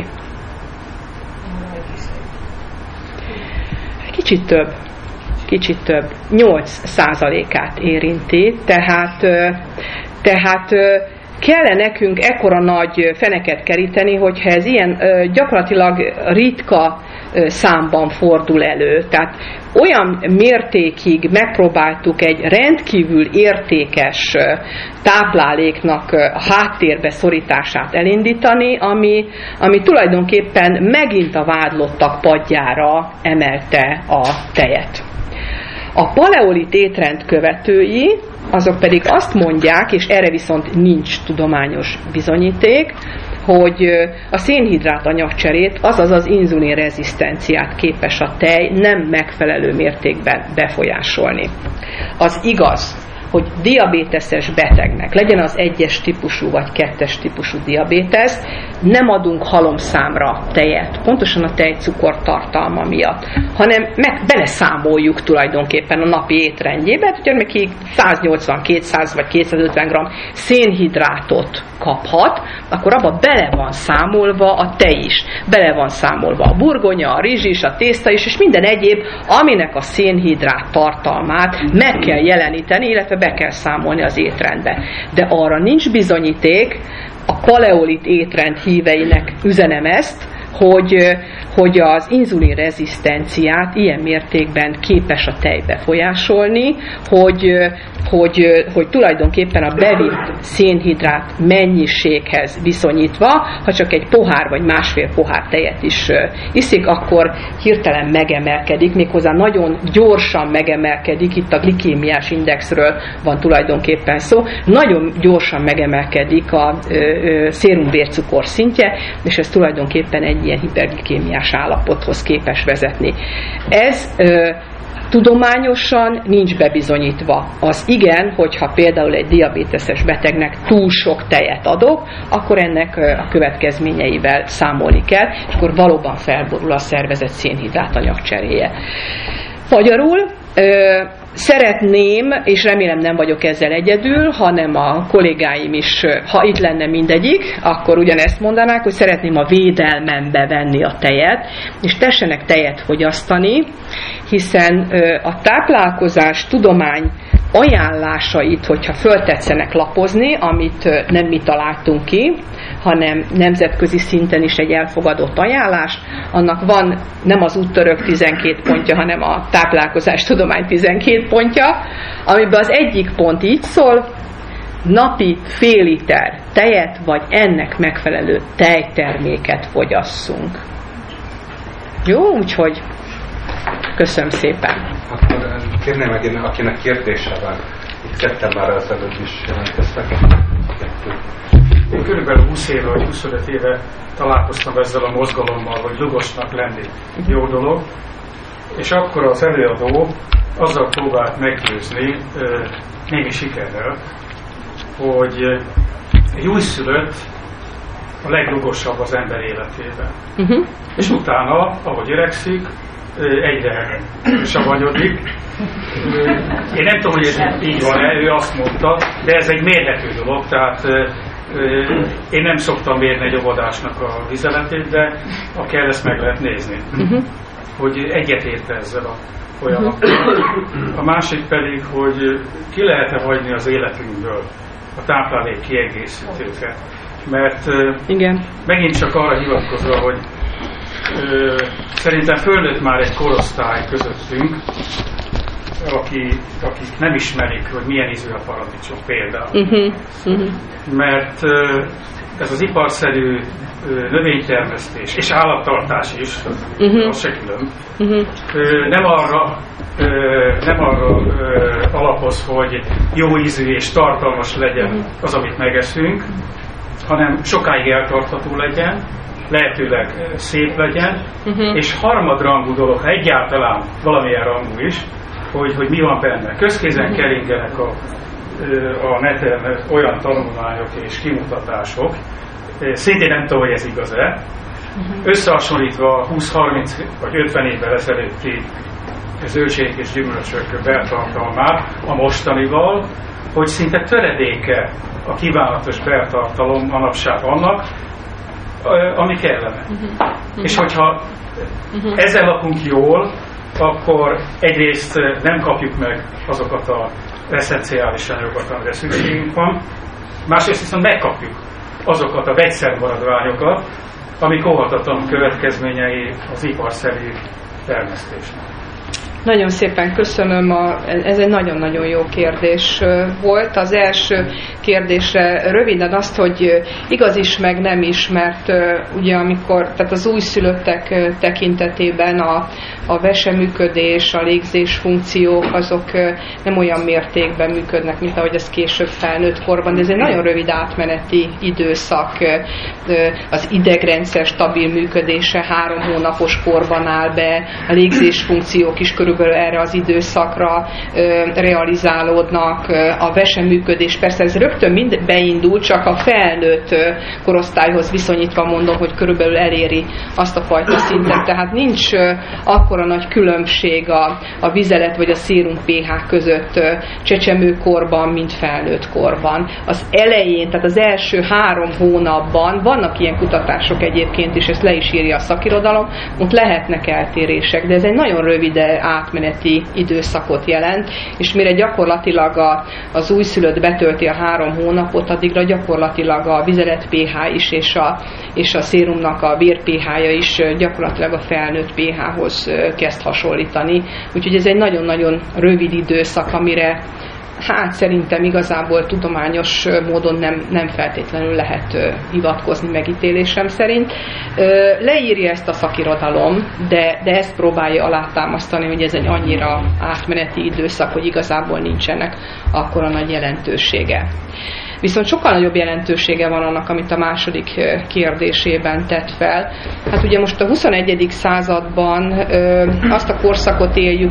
Kicsit több. 8 százalékát érinti, tehát kellene nekünk ekkora nagy feneket keríteni, hogyha ez ilyen gyakorlatilag ritka számban fordul elő. Tehát olyan mértékig megpróbáltuk egy rendkívül értékes tápláléknak a háttérbe szorítását elindítani, ami tulajdonképpen megint a vádlottak padjára emelte a tejet. A paleolit étrend követői, azok pedig azt mondják, és erre viszont nincs tudományos bizonyíték, hogy a szénhidrát anyagcserét, azaz az inzulin rezisztenciát képes a tej nem megfelelő mértékben befolyásolni. Az igaz, hogy diabéteses betegnek, legyen az 1-es típusú vagy 2-es típusú diabétesz, nem adunk halomszámra tejet, pontosan a tejcukor tartalma miatt, hanem beleszámoljuk tulajdonképpen a napi étrendjébe, hogy neki 180-200 vagy 250 g szénhidrátot kaphat, akkor abba bele van számolva a tej is, bele van számolva a burgonya, a rizs is, a tészta is, és minden egyéb, aminek a szénhidrát tartalmát meg kell jeleníteni, illetve be kell számolni az étrendbe. De arra nincs bizonyíték, a paleolit étrend híveinek üzenem ezt, hogy az inzulin rezisztenciát ilyen mértékben képes a tej befolyásolni, hogy tulajdonképpen a bevitt szénhidrát mennyiséghez viszonyítva, ha csak egy pohár vagy másfél pohár tejet is iszik, akkor hirtelen megemelkedik, méghozzá nagyon gyorsan megemelkedik, itt a glikémiás indexről van tulajdonképpen szó, nagyon gyorsan megemelkedik a szérumvércukor szintje, és ez tulajdonképpen egy ilyen hiperglikémiás állapothoz képes vezetni. Ez tudományosan nincs bebizonyítva. Az igen, hogyha például egy diabéteses betegnek túl sok tejet adok, akkor ennek a következményeivel számolni kell, és akkor valóban felborul a szervezet szénhidrát anyagcseréje. Magyarul szeretném, és remélem nem vagyok ezzel egyedül, hanem a kollégáim is, ha itt lenne mindegyik, akkor ugyanezt mondanák, hogy szeretném a védelmembe venni a tejet, és tessenek tejet fogyasztani, hiszen a táplálkozás tudomány ajánlásait, hogyha föltetszenek lapozni, amit nem mi találtunk ki, hanem nemzetközi szinten is egy elfogadott ajánlás, annak van nem az úttörők 12 pontja, hanem a táplálkozás tudomány 12 pontja, amiben az egyik pont így szól, napi fél liter tejet, vagy ennek megfelelő tejterméket fogyasszunk. Jó, úgyhogy köszönöm szépen. Akkor kérném meg, akinek kérdése van, itt szeptemberre az előtt is jelentkeztek. Én körülbelül 20 éve vagy 25 éve találkoztam ezzel a mozgalommal, hogy lugosnak lenni jó dolog, és akkor az előadó azzal próbált meggyőzni, némi sikerrel, hogy egy újszülött a leglugosabb az ember életében. És utána, ahogy öregszik, egyre savanyodik. Én nem tudom, hogy ez így van-e, ő azt mondta, de ez egy mérhető dolog, tehát én nem szoktam mérni egy óvodásnak a vizeletét, de ha kell, ezt meg lehet nézni, hogy egyetérte ezzel a folyamattal. A másik pedig, hogy ki lehet-e hagyni az életünkből a táplálék kiegészítőket, mert igen. Megint csak arra hivatkozva, hogy szerintem fölnőtt már egy korosztály közöttünk, akik nem ismerik, hogy milyen ízű a paradicsom például. Mert ez az iparszerű növénytermesztés és állattartás is, az se külön, nem arra alapoz, hogy jó ízű és tartalmas legyen az, amit megeszünk, hanem sokáig eltartható legyen, lehetőleg szép legyen, és harmadrangú dolog, ha egyáltalán valamilyen rangú is, hogy mi van benne. Közkézen keringenek a neten olyan tanulmányok és kimutatások, szintén nem tudom, hogy ez igaz-e, összehasonlítva 20-30 vagy 50 évvel ezelőtti zöldség és gyümölcsök beltartalmát a mostanival, hogy szinte töredéke a kívánatos beltartalom manapság annak, ami kellene. És hogyha ezzel lakunk jól, akkor egyrészt nem kapjuk meg azokat az eszenciális anyagokat, amire szükségünk van, másrészt viszont megkapjuk azokat a vegyszermaradványokat, amik óhatatlan következményei az iparszerű termesztésnek. Nagyon szépen köszönöm, ez egy nagyon-nagyon jó kérdés volt. Az első kérdésre röviden azt, hogy igaz is, meg nem is, mert ugye amikor, tehát az újszülöttek tekintetében a veseműködés, a légzés funkciók, azok nem olyan mértékben működnek, mint ahogy ez később felnőtt korban, de ez egy nagyon rövid átmeneti időszak. Az idegrendszer stabil működése 3 hónapos korban áll be, a légzés funkciók is körülbelül erre az időszakra realizálódnak, a veseműködés, persze ez rögtön mind beindul, csak a felnőtt korosztályhoz viszonyítva mondom, hogy körülbelül eléri azt a fajta szintet, tehát nincs akkora nagy különbség a vizelet vagy a szérum pH között csecsemőkorban, mint felnőtt korban. Az elején, tehát az első 3 hónapban vannak ilyen kutatások egyébként, és ezt le is írja a szakirodalom, ott lehetnek eltérések, de ez egy nagyon rövid átmeneti időszakot jelent, és mire gyakorlatilag az újszülött betölti a 3 hónapot, addigra gyakorlatilag a vizelet pH is, és a szérumnak a vér pH-ja is gyakorlatilag a felnőtt pH-hoz kezd hasonlítani. Úgyhogy ez egy nagyon-nagyon rövid időszak, amire szerintem igazából tudományos módon nem feltétlenül lehet hivatkozni megítélésem szerint. Leírja ezt a szakirodalom, de ezt próbálja alátámasztani, hogy ez egy annyira átmeneti időszak, hogy igazából nincsenek akkora nagy jelentősége. Viszont sokkal nagyobb jelentősége van annak, amit a második kérdésében tett fel. Hát ugye most a 21. században azt a korszakot éljük,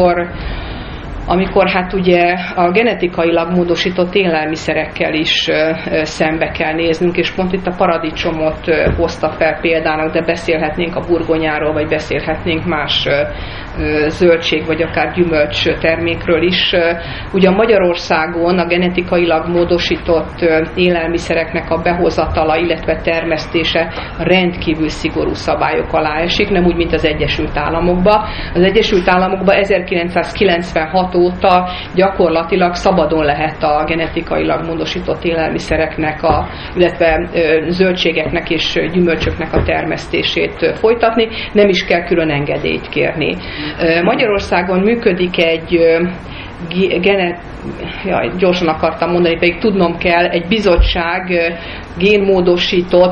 amikor hát ugye a genetikailag módosított élelmiszerekkel is szembe kell néznünk, és pont itt a paradicsomot hozta fel példának, de beszélhetnénk a burgonyáról, vagy beszélhetnénk más zöldség, vagy akár gyümölcs termékről is. Ugye Magyarországon a genetikailag módosított élelmiszereknek a behozatala, illetve termesztése rendkívül szigorú szabályok alá esik, nem úgy, mint az Egyesült Államokban. Az Egyesült Államokban 1996 óta gyakorlatilag szabadon lehet a genetikailag módosított élelmiszereknek, illetve zöldségeknek és gyümölcsöknek a termesztését folytatni, nem is kell külön engedélyt kérni. Magyarországon működik egy gyorsan akartam mondani, pedig tudnom kell, egy bizottság, génmódosított ...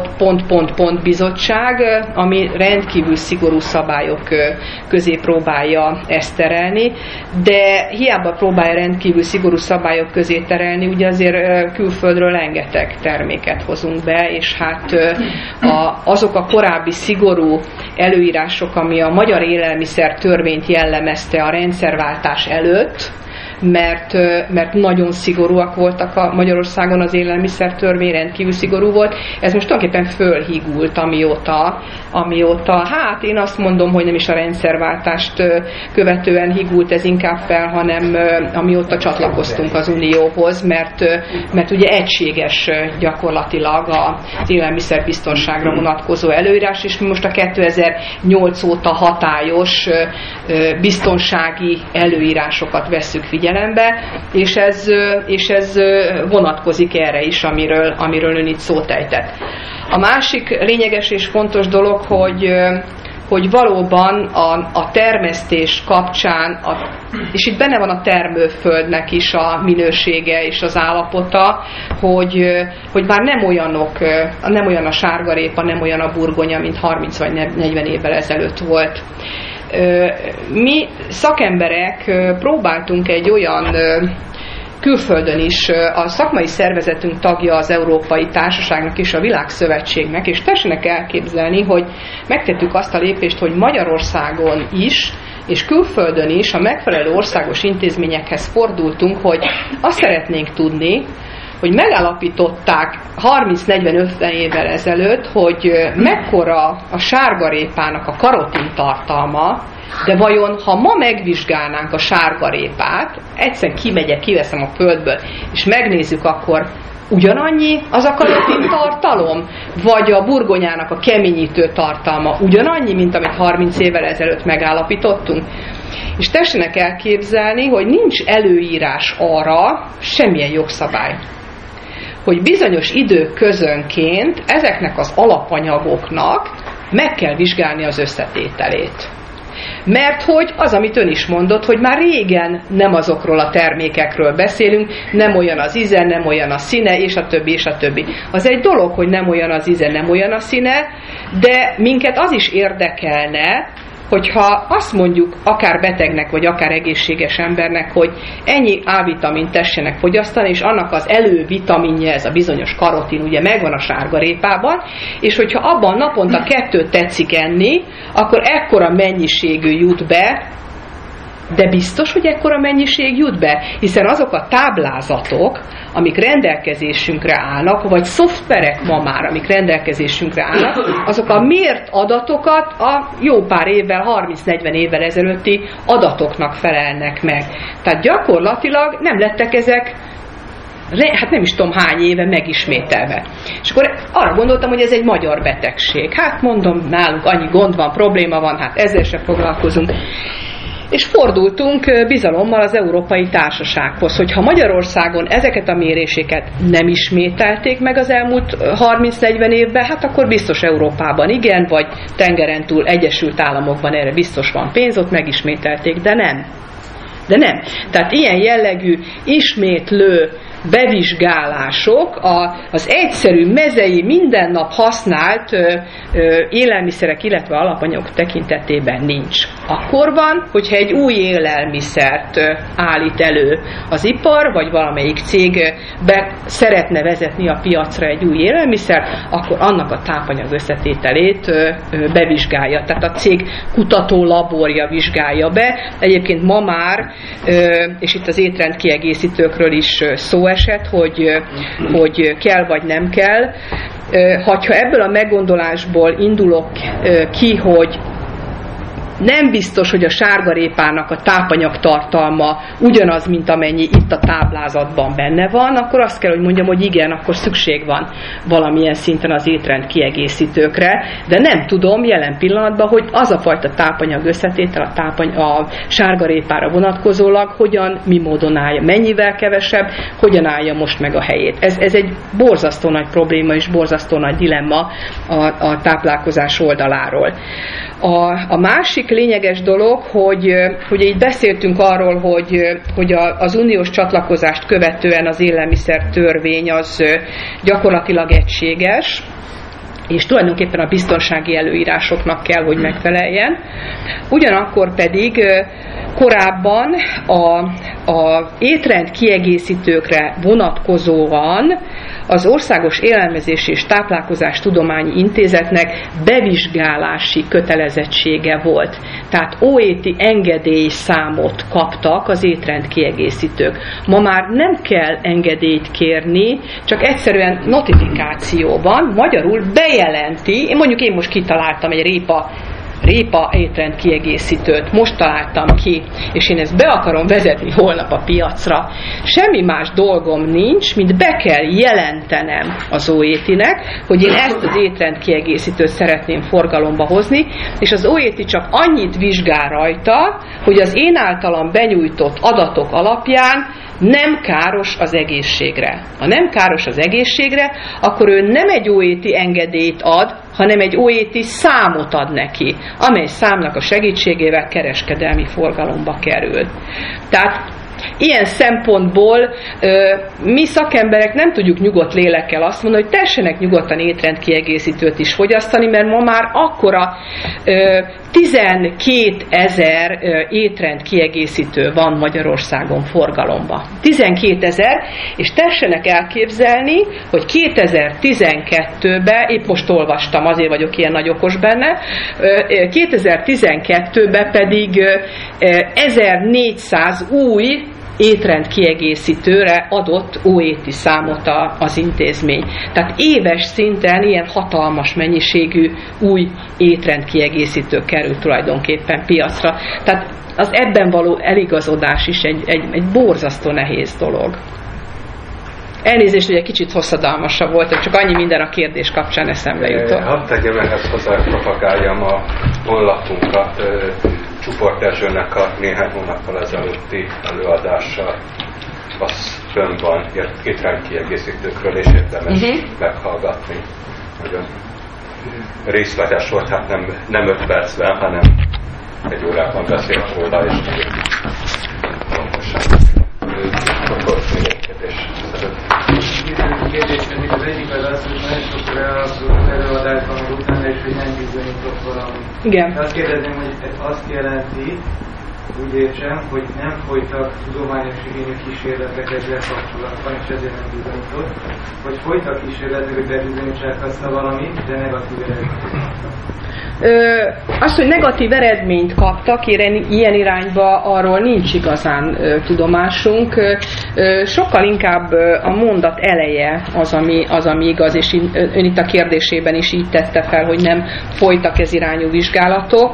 bizottság, ami rendkívül szigorú szabályok közé próbálja ezt terelni, de hiába próbálja rendkívül szigorú szabályok közé terelni, ugye azért külföldről rengeteg terméket hozunk be, és hát azok a korábbi szigorú előírások, ami a magyar élelmiszer törvényt jellemezte a rendszerváltás előtt, mert nagyon szigorúak voltak Magyarországon, az élelmiszertörvény rendkívül szigorú volt. Ez most tulajdonképpen fölhígult, amióta, hát én azt mondom, hogy nem is a rendszerváltást követően hígult ez inkább fel, hanem amióta csatlakoztunk az Unióhoz, mert ugye egységes gyakorlatilag az élelmiszerbiztonságra vonatkozó előírás, és mi most a 2008 óta hatályos biztonsági előírásokat vesszük figyelembe, és ez vonatkozik erre is, amiről ön itt szót ejtett. A másik lényeges és fontos dolog, hogy valóban a termesztés kapcsán, és itt benne van a termőföldnek is a minősége és az állapota, hogy már nem olyan a sárgarépa, nem olyan a burgonya, mint 30 vagy 40 évvel ezelőtt volt. Mi szakemberek próbáltunk egy olyan külföldön is, a szakmai szervezetünk tagja az Európai Társaságnak és a Világszövetségnek, és tessenek elképzelni, hogy megtettük azt a lépést, hogy Magyarországon is, és külföldön is a megfelelő országos intézményekhez fordultunk, hogy azt szeretnénk tudni, hogy megállapították 30-40-50 évvel ezelőtt, hogy mekkora a sárgarépának a karotin tartalma, de vajon, ha ma megvizsgálnánk a sárgarépát, egyszer kimegyek, kiveszem a földből, és megnézzük, akkor ugyanannyi az a karotin tartalom? Vagy a burgonyának a keményítő tartalma ugyanannyi, mint amit 30 évvel ezelőtt megállapítottunk? És tessenek elképzelni, hogy nincs előírás arra, semmilyen jogszabály, hogy bizonyos időközönként ezeknek az alapanyagoknak meg kell vizsgálni az összetételét. Mert hogy az, amit ön is mondott, hogy már régen nem azokról a termékekről beszélünk, nem olyan az íze, nem olyan a színe, és a többi, és a többi. Az egy dolog, hogy nem olyan az íze, nem olyan a színe, de minket az is érdekelne, hogyha azt mondjuk akár betegnek, vagy akár egészséges embernek, hogy ennyi A-vitamint tessenek fogyasztani, és annak az elővitaminja, ez a bizonyos karotin, ugye megvan a sárgarépában, és hogyha abban naponta 2 tetszik enni, akkor ekkora mennyiségű jut be, de biztos, hogy ekkora mennyiség jut be, hiszen azok a táblázatok, amik rendelkezésünkre állnak, vagy szoftverek ma már, amik rendelkezésünkre állnak, azok a mért adatokat a jó pár évvel, 30-40 évvel ezelőtti adatoknak felelnek meg. Tehát gyakorlatilag nem lettek ezek, hát nem is tudom hány éve megismételve. És akkor arra gondoltam, hogy ez egy magyar betegség. Hát mondom, nálunk annyi gond van, probléma van, hát ezzel se foglalkozunk. És fordultunk bizalommal az Európai Társasághoz, hogy ha Magyarországon ezeket a méréseket nem ismételték meg az elmúlt 30-40 évben, hát akkor biztos Európában igen, vagy tengeren túl Egyesült Államokban erre biztos van pénz, ott megismételték, de nem. De nem. Tehát ilyen jellegű ismétlő bevizsgálások az egyszerű, mezei, minden nap használt élelmiszerek, illetve alapanyagok tekintetében nincs. Akkor van, hogyha egy új élelmiszert állít elő az ipar, vagy valamelyik cég szeretne vezetni a piacra egy új élelmiszert, akkor annak a tápanyag összetételét bevizsgálja. Tehát a cég kutatólaborja vizsgálja be. Egyébként ma már, és itt az étrendkiegészítőkről is szó esett, hogy kell vagy nem kell. Ha ebből a meggondolásból indulok ki, hogy nem biztos, hogy a sárgarépának a tápanyagtartalma ugyanaz, mint amennyi itt a táblázatban benne van, akkor azt kell, hogy mondjam, hogy igen, akkor szükség van valamilyen szinten az étrend kiegészítőkre, de nem tudom jelen pillanatban, hogy az a fajta tápanyag összetétel a sárgarépára vonatkozólag hogyan, mi módon állja, mennyivel kevesebb, hogyan állja most meg a helyét. Ez egy borzasztó nagy probléma és borzasztó nagy dilemma a táplálkozás oldaláról. A másik lényeges dolog, hogy így beszéltünk arról, hogy az uniós csatlakozást követően az élelmiszer törvény az gyakorlatilag egységes, és tulajdonképpen a biztonsági előírásoknak kell, hogy megfeleljen. Ugyanakkor pedig korábban a étrend kiegészítőkre vonatkozóan az Országos Élelmezési és Táplálkozás Tudományi Intézetnek bevizsgálási kötelezettsége volt. Tehát OET engedélyszámot kaptak az étrend kiegészítők. Ma már nem kell engedélyt kérni, csak egyszerűen notifikációban, magyarul bejelenti, mondjuk én most kitaláltam egy répa étrend kiegészítőt, most találtam ki, és én ezt be akarom vezetni holnap a piacra. Semmi más dolgom nincs, mint be kell jelentenem az OET-nek, hogy én ezt az étrend kiegészítőt szeretném forgalomba hozni, és az OET csak annyit vizsgál rajta, hogy az én általam benyújtott adatok alapján nem káros az egészségre. Ha nem káros az egészségre, akkor ő nem egy OET engedélyt ad, hanem egy OET számot ad neki, amely számnak a segítségével kereskedelmi forgalomba kerül. Tehát ilyen szempontból mi szakemberek nem tudjuk nyugodt lélekkel azt mondani, hogy tessenek nyugodtan étrendkiegészítőt is fogyasztani, mert ma már akkora 12 000 étrendkiegészítő van Magyarországon forgalomban. 12 000, és tessenek elképzelni, hogy 2012-ben, épp most olvastam, azért vagyok ilyen nagy okos benne, 2012-ben pedig 1400 új étrendkiegészítőre adott OET számot az intézmény. Tehát éves szinten ilyen hatalmas mennyiségű új étrendkiegészítő kerül tulajdonképpen piacra. Tehát az ebben való eligazodás is egy borzasztó nehéz dolog. Elnézést, hogy egy kicsit hosszadalmasabb volt, csak annyi minden a kérdés kapcsán eszembe jutott. Hadd tegyem ehhez hozzá, propagáljam a honlapunkat. Csuport Erzsőnek a néhány hónappal ezelőtti előadása, az fönn van étrendkiegészítőkről, és érdemes meghallgatni. Nagyon részletes volt, hát nem 5 percben, hanem 1 órában beszélt róla, és pontosan. Akkor még egy kérdés. Kérdésem, az egyik az, hogy nagyon sokszor elhangzott az előadásban, hogy utána is, hogy nem bizonyított valami. Igen. Azt kérdezném, hogy ez azt jelenti, úgy értsem, hogy nem folytak tudományos igényű kísérletek ezzel kapcsolatban, és ezért nem bizonyított, hogy folytak kísérletek, hogy bebizonyítsák azt a valamit, de negatív eredményt. Az, hogy negatív eredményt kaptak, ilyen irányba arról nincs igazán tudomásunk. Sokkal inkább a mondat eleje az, ami igaz, és ön itt a kérdésében is így tette fel, hogy nem folytak ez irányú vizsgálatok.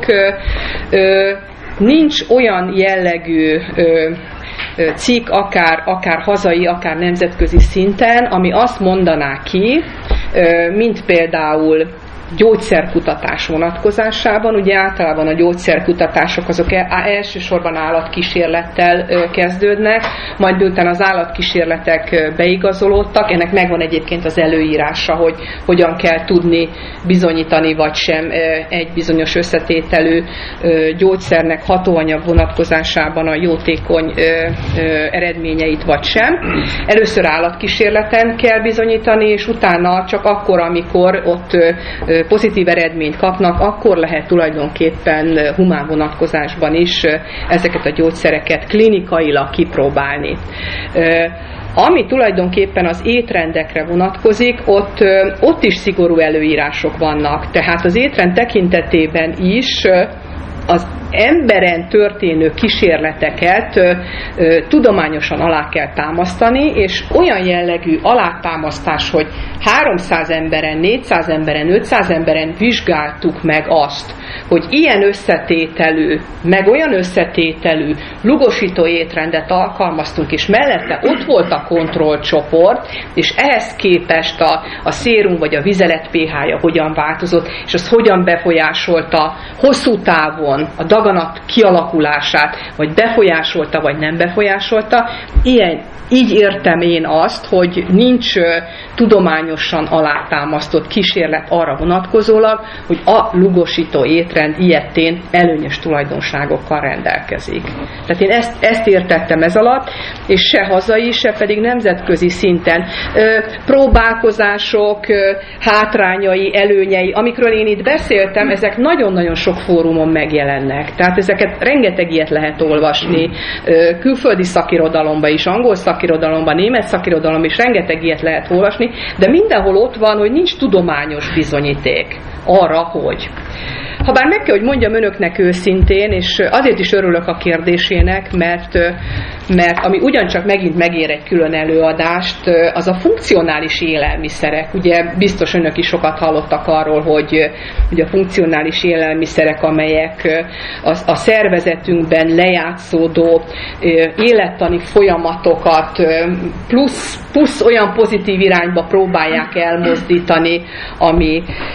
Nincs olyan jellegű cikk, akár hazai, akár nemzetközi szinten, ami azt mondaná ki, mint például gyógyszerkutatás vonatkozásában. Ugye általában a gyógyszerkutatások azok elsősorban állatkísérlettel kezdődnek, majd miután az állatkísérletek beigazolódtak, ennek megvan egyébként az előírása, hogy hogyan kell tudni bizonyítani vagy sem egy bizonyos összetételű gyógyszernek hatóanyag vonatkozásában a jótékony eredményeit vagy sem. Először állatkísérleten kell bizonyítani, és utána csak akkor, amikor ott pozitív eredményt kapnak, akkor lehet tulajdonképpen humán vonatkozásban is ezeket a gyógyszereket klinikailag kipróbálni. Ami tulajdonképpen az étrendekre vonatkozik, ott is szigorú előírások vannak. Tehát az étrend tekintetében is az emberen történő kísérleteket tudományosan alá kell támasztani, és olyan jellegű alátámasztás, hogy 300 emberen, 400 emberen, 500 emberen vizsgáltuk meg azt, hogy ilyen összetételű, meg olyan összetételű lugosító étrendet alkalmaztunk, és mellette ott volt a kontrollcsoport, és ehhez képest a szérum vagy a vizelet pH-ja hogyan változott, és az hogyan befolyásolta hosszú távon a daganat kialakulását, vagy befolyásolta, vagy nem befolyásolta. Így értem én azt, hogy nincs tudományosan alátámasztott kísérlet arra vonatkozólag, hogy a lugosító étrend ilyetén előnyös tulajdonságokkal rendelkezik. Tehát én ezt értettem ez alatt, és se hazai, se pedig nemzetközi szinten próbálkozások, hátrányai, előnyei, amikről én itt beszéltem, ezek nagyon-nagyon sok fórumon megjelennek. Tehát ezeket rengeteg ilyet lehet olvasni, külföldi szakirodalomban is, angol szakirodalomban, német szakirodalomban is rengeteg ilyet lehet olvasni, de mindenhol ott van, hogy nincs tudományos bizonyíték arra, hogy. Habár meg kell, hogy mondjam önöknek őszintén, és azért is örülök a kérdésének, mert ami ugyancsak megint megér egy külön előadást, az a funkcionális élelmiszerek. Ugye biztos önök is sokat hallottak arról, hogy a funkcionális élelmiszerek, amelyek a szervezetünkben lejátszódó élettani folyamatokat plusz olyan pozitív irányba próbálják elmozdítani,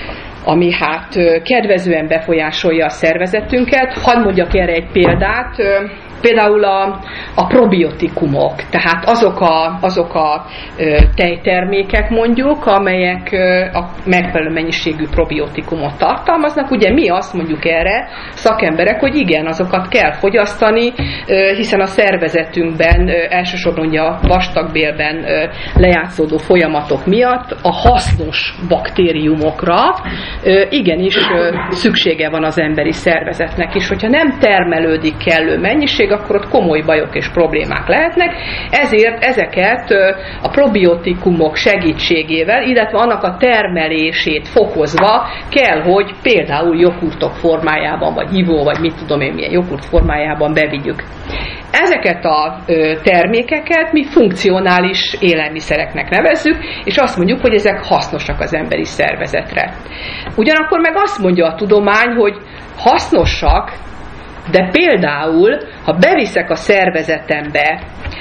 ami hát kedvezően befolyásolja a szervezetünket. Hadd mondjak erre egy példát. Például a probiotikumok, tehát azok a tejtermékek mondjuk, amelyek a megfelelő mennyiségű probiotikumot tartalmaznak. Ugye mi azt mondjuk erre, szakemberek, hogy igen, azokat kell fogyasztani, hiszen a szervezetünkben, elsősorban ugye a vastagbélben lejátszódó folyamatok miatt a hasznos baktériumokra igenis szüksége van az emberi szervezetnek is. Hogyha nem termelődik kellő mennyiség, akkor ott komoly bajok és problémák lehetnek, ezért ezeket a probiotikumok segítségével, illetve annak a termelését fokozva kell, hogy például joghurtok formájában, vagy ivó, vagy mit tudom én milyen joghurt formájában bevigyük. Ezeket a termékeket mi funkcionális élelmiszereknek nevezzük, és azt mondjuk, hogy ezek hasznosak az emberi szervezetre. Ugyanakkor meg azt mondja a tudomány, hogy hasznosak, de például, ha beviszek a szervezetembe,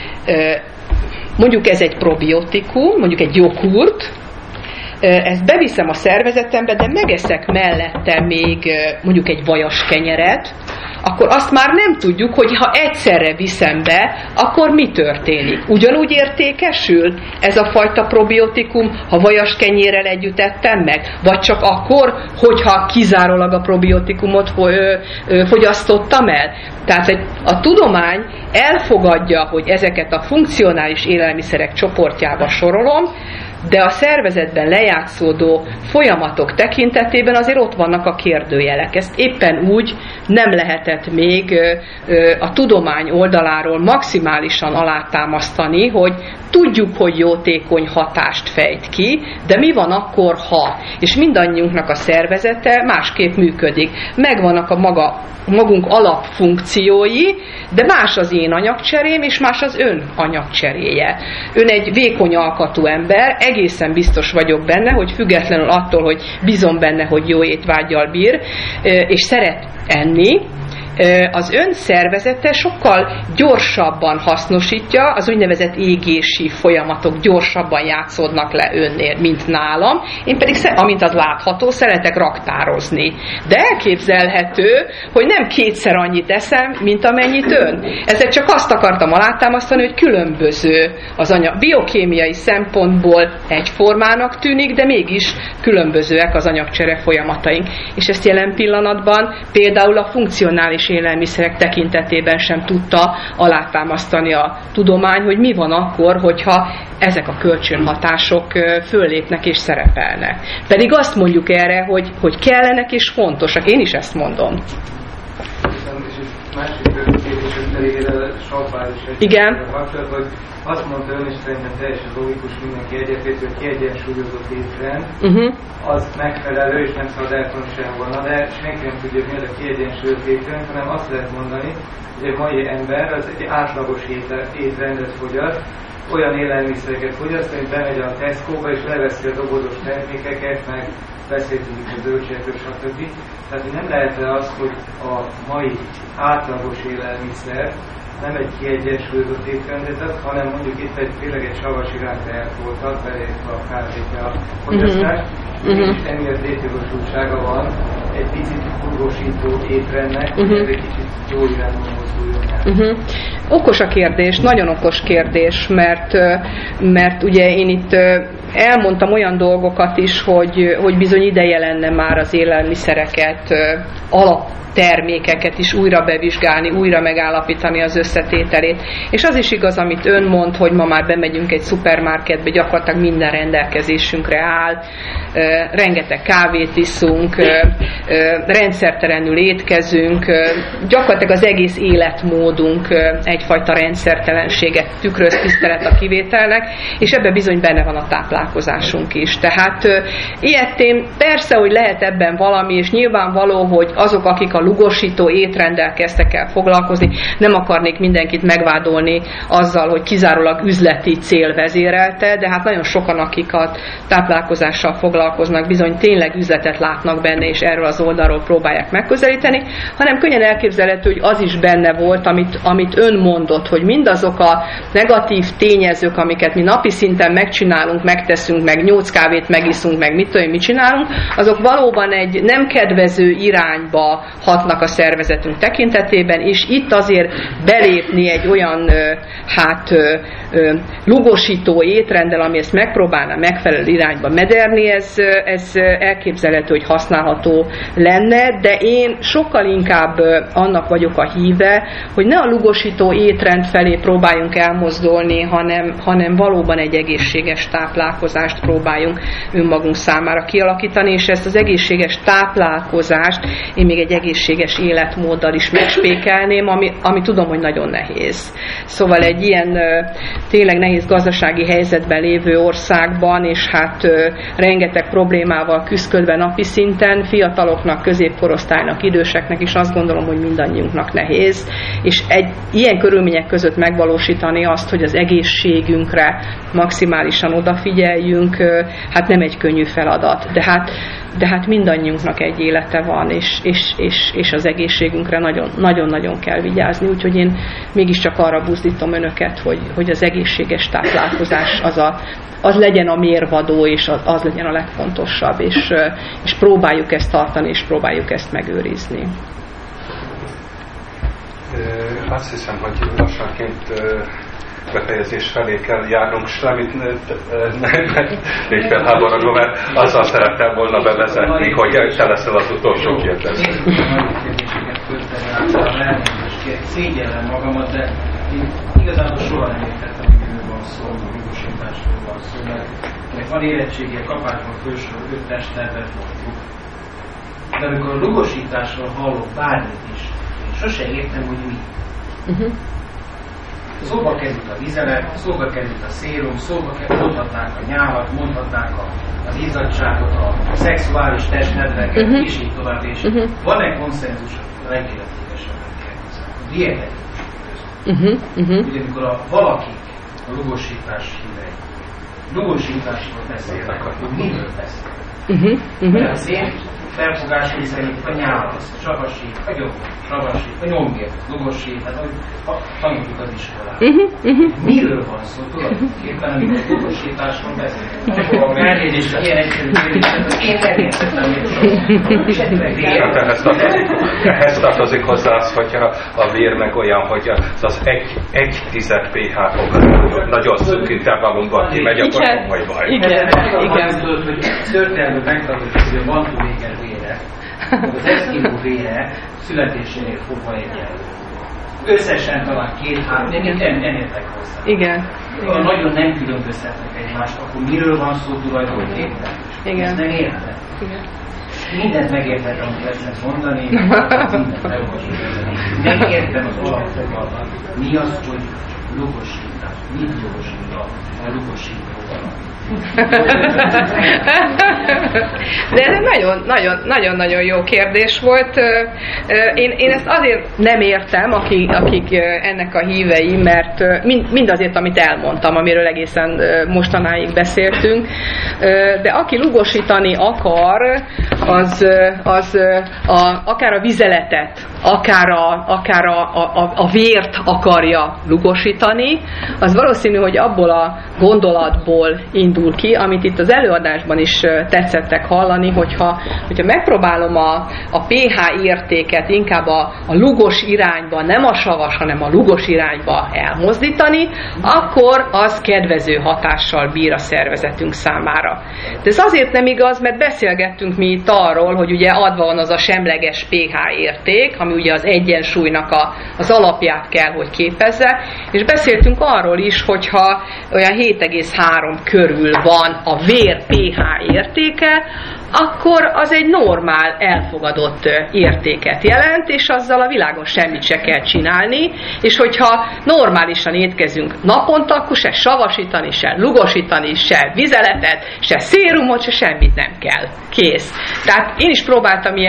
mondjuk ez egy probiotikum, mondjuk egy joghurt, ezt beviszem a szervezetembe, de megeszek mellette még mondjuk egy vajas kenyeret, akkor azt már nem tudjuk, hogy ha egyszerre viszem be, akkor mi történik. Ugyanúgy értékesül ez a fajta probiotikum, ha vajas kenyérrel együtt ettem meg, vagy csak akkor, hogyha kizárólag a probiotikumot fogyasztottam el. Tehát a tudomány elfogadja, hogy ezeket a funkcionális élelmiszerek csoportjába sorolom, de a szervezetben lejátszódó folyamatok tekintetében azért ott vannak a kérdőjelek. Ezt éppen úgy nem lehetett még a tudomány oldaláról maximálisan alátámasztani, hogy tudjuk, hogy jótékony hatást fejt ki, de mi van akkor, ha? És mindannyiunknak a szervezete másképp működik. Megvannak a magunk alapfunkciói, de más az én anyagcserém, és más az ön anyagcseréje. Ön egy vékony alkatú ember, egészen biztos vagyok benne, hogy függetlenül attól, hogy bízom benne, hogy jó étvággyal bír, és szeret enni, az ön szervezete sokkal gyorsabban hasznosítja, az úgynevezett égési folyamatok gyorsabban játszódnak le önnél, mint nálam. Én pedig, amint az látható, szeretek raktározni. De elképzelhető, hogy nem kétszer annyit eszem, mint amennyit ön. Ezzel csak azt akartam alátámasztani, hogy különböző az anyag. Biokémiai szempontból egyformának tűnik, de mégis különbözőek az anyagcsere folyamataink. És ezt jelen pillanatban például a funkcionális élelmiszerek tekintetében sem tudta alátámasztani a tudomány, hogy mi van akkor, hogyha ezek a kölcsönhatások föllépnek és szerepelnek. Pedig azt mondjuk erre, hogy kellenek és fontosak. Én is ezt mondom. Másik kérdés, elégére Sabbál is igen. Kapcsolat, hogy azt mondta ön is szerintem teljesen logikus, mindenki egyetért, hogy kiegyensúlyozott étrend, az megfelelő, és nem szabad elkonni sehol. De senki nem tudja, hogy mi az a kiegyensúlyozott étrend, hanem azt lehet mondani, hogy a mai ember az egy átlagos étrendet fogyaszt, olyan élelmiszereket fogyaszt, hogy bemegy a Tesco-ba és leveszi a dobozos termékeket, meg beszéltünk a zöldségekről, stb. Tehát nem lehet az, hogy a mai átlagos élelmiszer nem egy kiegyensúlyozott étrendet ad, hanem mondjuk itt tényleg egy savas iránt eltoltat, belépve a kávét a fogyasztást, és emiatt létjogosultsága van egy picit urgósító étrendnek, hogy ez egy kicsit jó irányba mozduljon el. Okos a kérdés, nagyon okos kérdés, mert ugye én itt elmondtam olyan dolgokat is, hogy bizony ideje lenne már az élelmiszereket, alaptermékeket is újra bevizsgálni, újra megállapítani az összetételét. És az is igaz, amit ön mond, hogy ma már bemegyünk egy szupermarketbe, gyakorlatilag minden rendelkezésünkre áll, rengeteg kávét iszunk, rendszertelenül étkezünk, gyakorlatilag az egész életmódunk egyfajta rendszertelenséget tükröz, tisztelet a kivételnek, és ebben bizony benne van a táplálkozásunk is. Tehát ilyetén persze, hogy lehet ebben valami, és nyilvánvaló, hogy azok, akik a lugosító étrenddel kezdtek el foglalkozni, nem akarnék mindenkit megvádolni azzal, hogy kizárólag üzleti cél vezérelte, de hát nagyon sokan, akik a táplálkozással foglalkoznak, bizony tényleg üzletet látnak benne, és erről az oldalról próbálják megközelíteni, hanem könnyen elképzelhető, hogy az is benne volt, amit ön mondott, hogy mindazok a negatív tényezők, amiket mi napi szinten megcsinálunk, megteszünk, megteszünk, meg 8 kávét megiszunk, meg mit csinálunk, azok valóban egy nem kedvező irányba hatnak a szervezetünk tekintetében, és itt azért belépni egy olyan lugosító étrenddel, ami ezt megpróbálna megfelelő irányba mederni, ez elképzelhető, hogy használható lenne, de én sokkal inkább annak vagyok a híve, hogy ne a lugosító étrend felé próbáljunk elmozdulni, hanem valóban egy egészséges táplálkozást próbáljunk önmagunk számára kialakítani, és ezt az egészséges táplálkozást én még egy egészséges életmóddal is megspékelném, ami tudom, hogy nagyon nehéz. Szóval egy ilyen tényleg nehéz gazdasági helyzetben lévő országban, és rengeteg problémával küzdködve napi szinten, fiataloknak, középkorosztálynak, időseknek is azt gondolom, hogy mindannyiunknak nehéz, és egy ilyen körülmények között megvalósítani azt, hogy az egészségünkre maximálisan odafigyeljünk, nem egy könnyű feladat, de hát mindannyiunknak egy élete van, és az egészségünkre nagyon-nagyon kell vigyázni, úgyhogy én mégiscsak arra buzdítom önöket, hogy az egészséges táplálkozás az legyen a mérvadó, és az legyen a legfontosabb, és próbáljuk ezt tartani, és próbáljuk ezt megőrizni. Azt hiszem, hogy lassanként befejezés felé kell járnunk, semmit még felháborodva, mert azzal szerettem volna bevezetni, hogy te leszel az utolsó kérdező. Szégyellem magamat, de én igazából soha nem értettem, hogy miről van szó, hogy jogosításról van szó, mert van érettségie, kapásban fősor, 5 testtervet mondjuk. De amikor a jogosításról hallok bármit is, én sose értem, hogy mi. Szóba került a vizelet, szóba került a szérum, mondhatnák a nyálat, mondhatnák az izzadságot, a szexuális testnedveket, és így tovább, és van-e konszenzus a legéletégesebben kérdezem? A dietetikusok között. Ugye amikor valakik a lugosítás hívei, lugosításról beszélnek, akkor miről beszélnek? Mert az én felfogásom szerint a nyálasz, savasít, a gyomor, savasít, a nyomgért, lugosít, hát ahogy tanuljuk az iskolában. Miről van szó tulajdonképpen, amikor a lugosításról beszélünk? Elnézést, ilyen egyszerű kérdéseket, én nem értettem még ehhez tartozik hozzá az, hogyha a vér meg olyan, hogy az 1/10 pH fok nagyon szűk intervallumban kimegy, akkor komoly baj. Igen. Hogy történelmű megtartozik, hogy a Vantuvéger vére, az eszkimó vére születésénél fogva egyenlő. Összesen talán 2-3, ennél hozzá. Igen. Nagyon nem különbözhetnek egymást, akkor miről van szó tulajdonképpen? Igen. Ezt nem értem. Igen. Mindent megértettem, amit lehetett mondani, mindent elolvasni. Nem értem az alapfogalmat. Mi az, hogy lugosítás? Mit jogosít a lugosítóval? De ez nagyon-nagyon jó kérdés volt. Én ezt azért nem értem, akik ennek a hívei, mert mindazért, amit elmondtam, amiről egészen mostanáig beszéltünk, de aki lugosítani akar, az akár a vizeletet, akár a vért akarja lugosítani, az valószínű, hogy abból a gondolatból indul ki, amit itt az előadásban is tetszettek hallani, hogyha megpróbálom a pH értéket inkább a lugos irányba, nem a savas, hanem a lugos irányba elmozdítani, akkor az kedvező hatással bír a szervezetünk számára. De ez azért nem igaz, mert beszélgettünk mi itt arról, hogy ugye adva van az a semleges pH érték, ami ugye az egyensúlynak az alapját kell, hogy képezze, és beszéltünk arról is, hogyha olyan 7,3 körül van a vér pH értéke, akkor az egy normál, elfogadott értéket jelent, és azzal a világon semmit se kell csinálni, és hogyha normálisan étkezünk naponta, akkor se savasítani, se lugosítani, se vizeletet, se szérumot, se semmit nem kell. Kész. Tehát én is próbáltam ilyen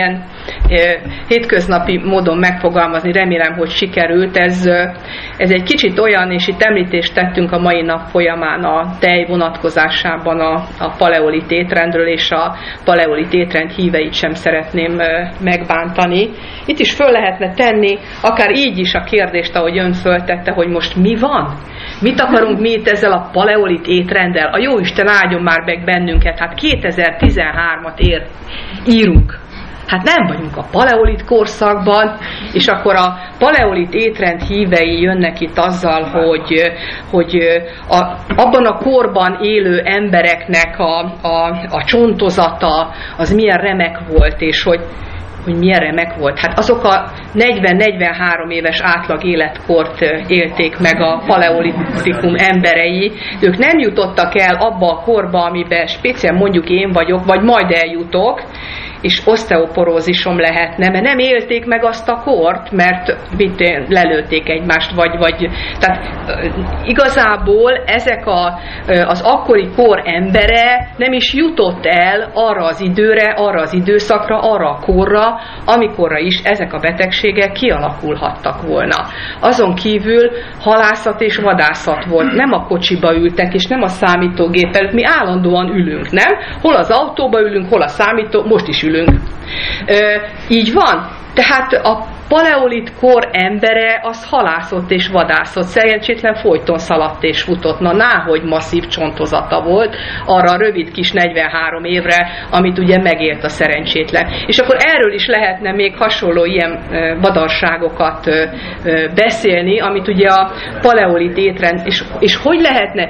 hétköznapi módon megfogalmazni, remélem, hogy sikerült. Ez egy kicsit olyan, és itt említést tettünk a mai nap folyamán a tej vonatkozásában a paleolit étrendről, és a paleolit étrend híveit sem szeretném megbántani. Itt is föl lehetne tenni, akár így is a kérdést, ahogy ön föltette, hogy most mi van? Mit akarunk mi itt ezzel a paleolit étrenddel? A Jóisten áldjon már meg bennünket, hát 2013-at írunk. Hát nem vagyunk a paleolit korszakban, és akkor a paleolit étrend hívei jönnek itt azzal, hogy abban a korban élő embereknek a csontozata az milyen remek volt, és hogy milyen remek volt. Hát azok a 40-43 éves átlag életkort élték meg a paleolitikum emberei. Ők nem jutottak el abba a korba, amiben speciál mondjuk én vagyok, vagy majd eljutok, és oszteoporózisom lehetne, mert nem élték meg azt a kort, mert lelőtték egymást, vagy tehát igazából ezek az akkori kor embere nem is jutott el arra az időre, arra az időszakra, arra a korra, amikorra is ezek a betegségek kialakulhattak volna. Azon kívül halászat és vadászat volt. Nem a kocsiba ültek, és nem a számítógép előtt. Mi állandóan ülünk, nem? Hol az autóba ülünk, hol a most is ülünk. Így van. Tehát a paleolit kor embere az halászott és vadászott, szerencsétlen folyton szaladt és futott. Náhogy masszív csontozata volt arra a rövid kis 43 évre, amit ugye megélt a szerencsétlen. És akkor erről is lehetne még hasonló ilyen badarságokat beszélni, amit ugye a paleolit étrend, és hogy lehetne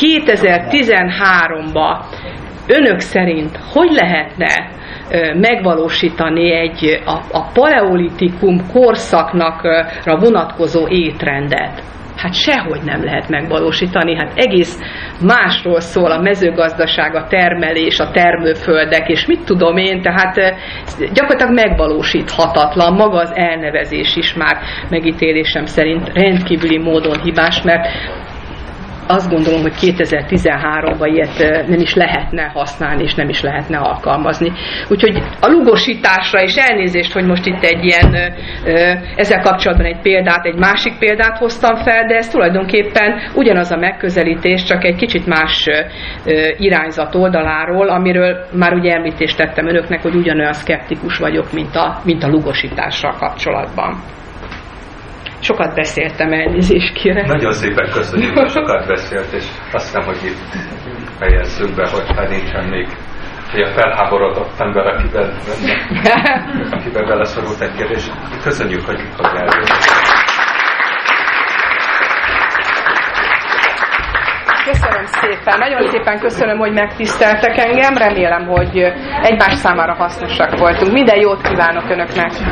2013-ban önök szerint hogy lehetne megvalósítani a paleolitikum korszaknakra vonatkozó étrendet? Hát sehogy nem lehet megvalósítani, hát egész másról szól a mezőgazdaság, a termelés, a termőföldek, és mit tudom én, tehát gyakorlatilag megvalósíthatatlan, maga az elnevezés is már megítélésem szerint rendkívüli módon hibás, mert azt gondolom, hogy 2013-ban ilyet nem is lehetne használni, és nem is lehetne alkalmazni. Úgyhogy a lugosításra is elnézést, hogy most itt egy ilyen, ezzel kapcsolatban egy másik példát hoztam fel, de ez tulajdonképpen ugyanaz a megközelítés, csak egy kicsit más irányzat oldaláról, amiről már ugye említést tettem önöknek, hogy ugyanolyan szkeptikus vagyok, mint a lugosítással kapcsolatban. Sokat beszéltem, elnézést kérek. Nagyon szépen köszönjük, hogy sokat beszélt, és azt hiszem, hogy itt fejezzük be, hogyha nincsen még a felháborodott ember, akiben beleszorult egy kérdés. Köszönjük, hogy eljött. Köszönöm szépen, nagyon szépen köszönöm, hogy megtiszteltek engem, remélem, hogy egymás számára hasznosak voltunk. Minden jót kívánok önöknek!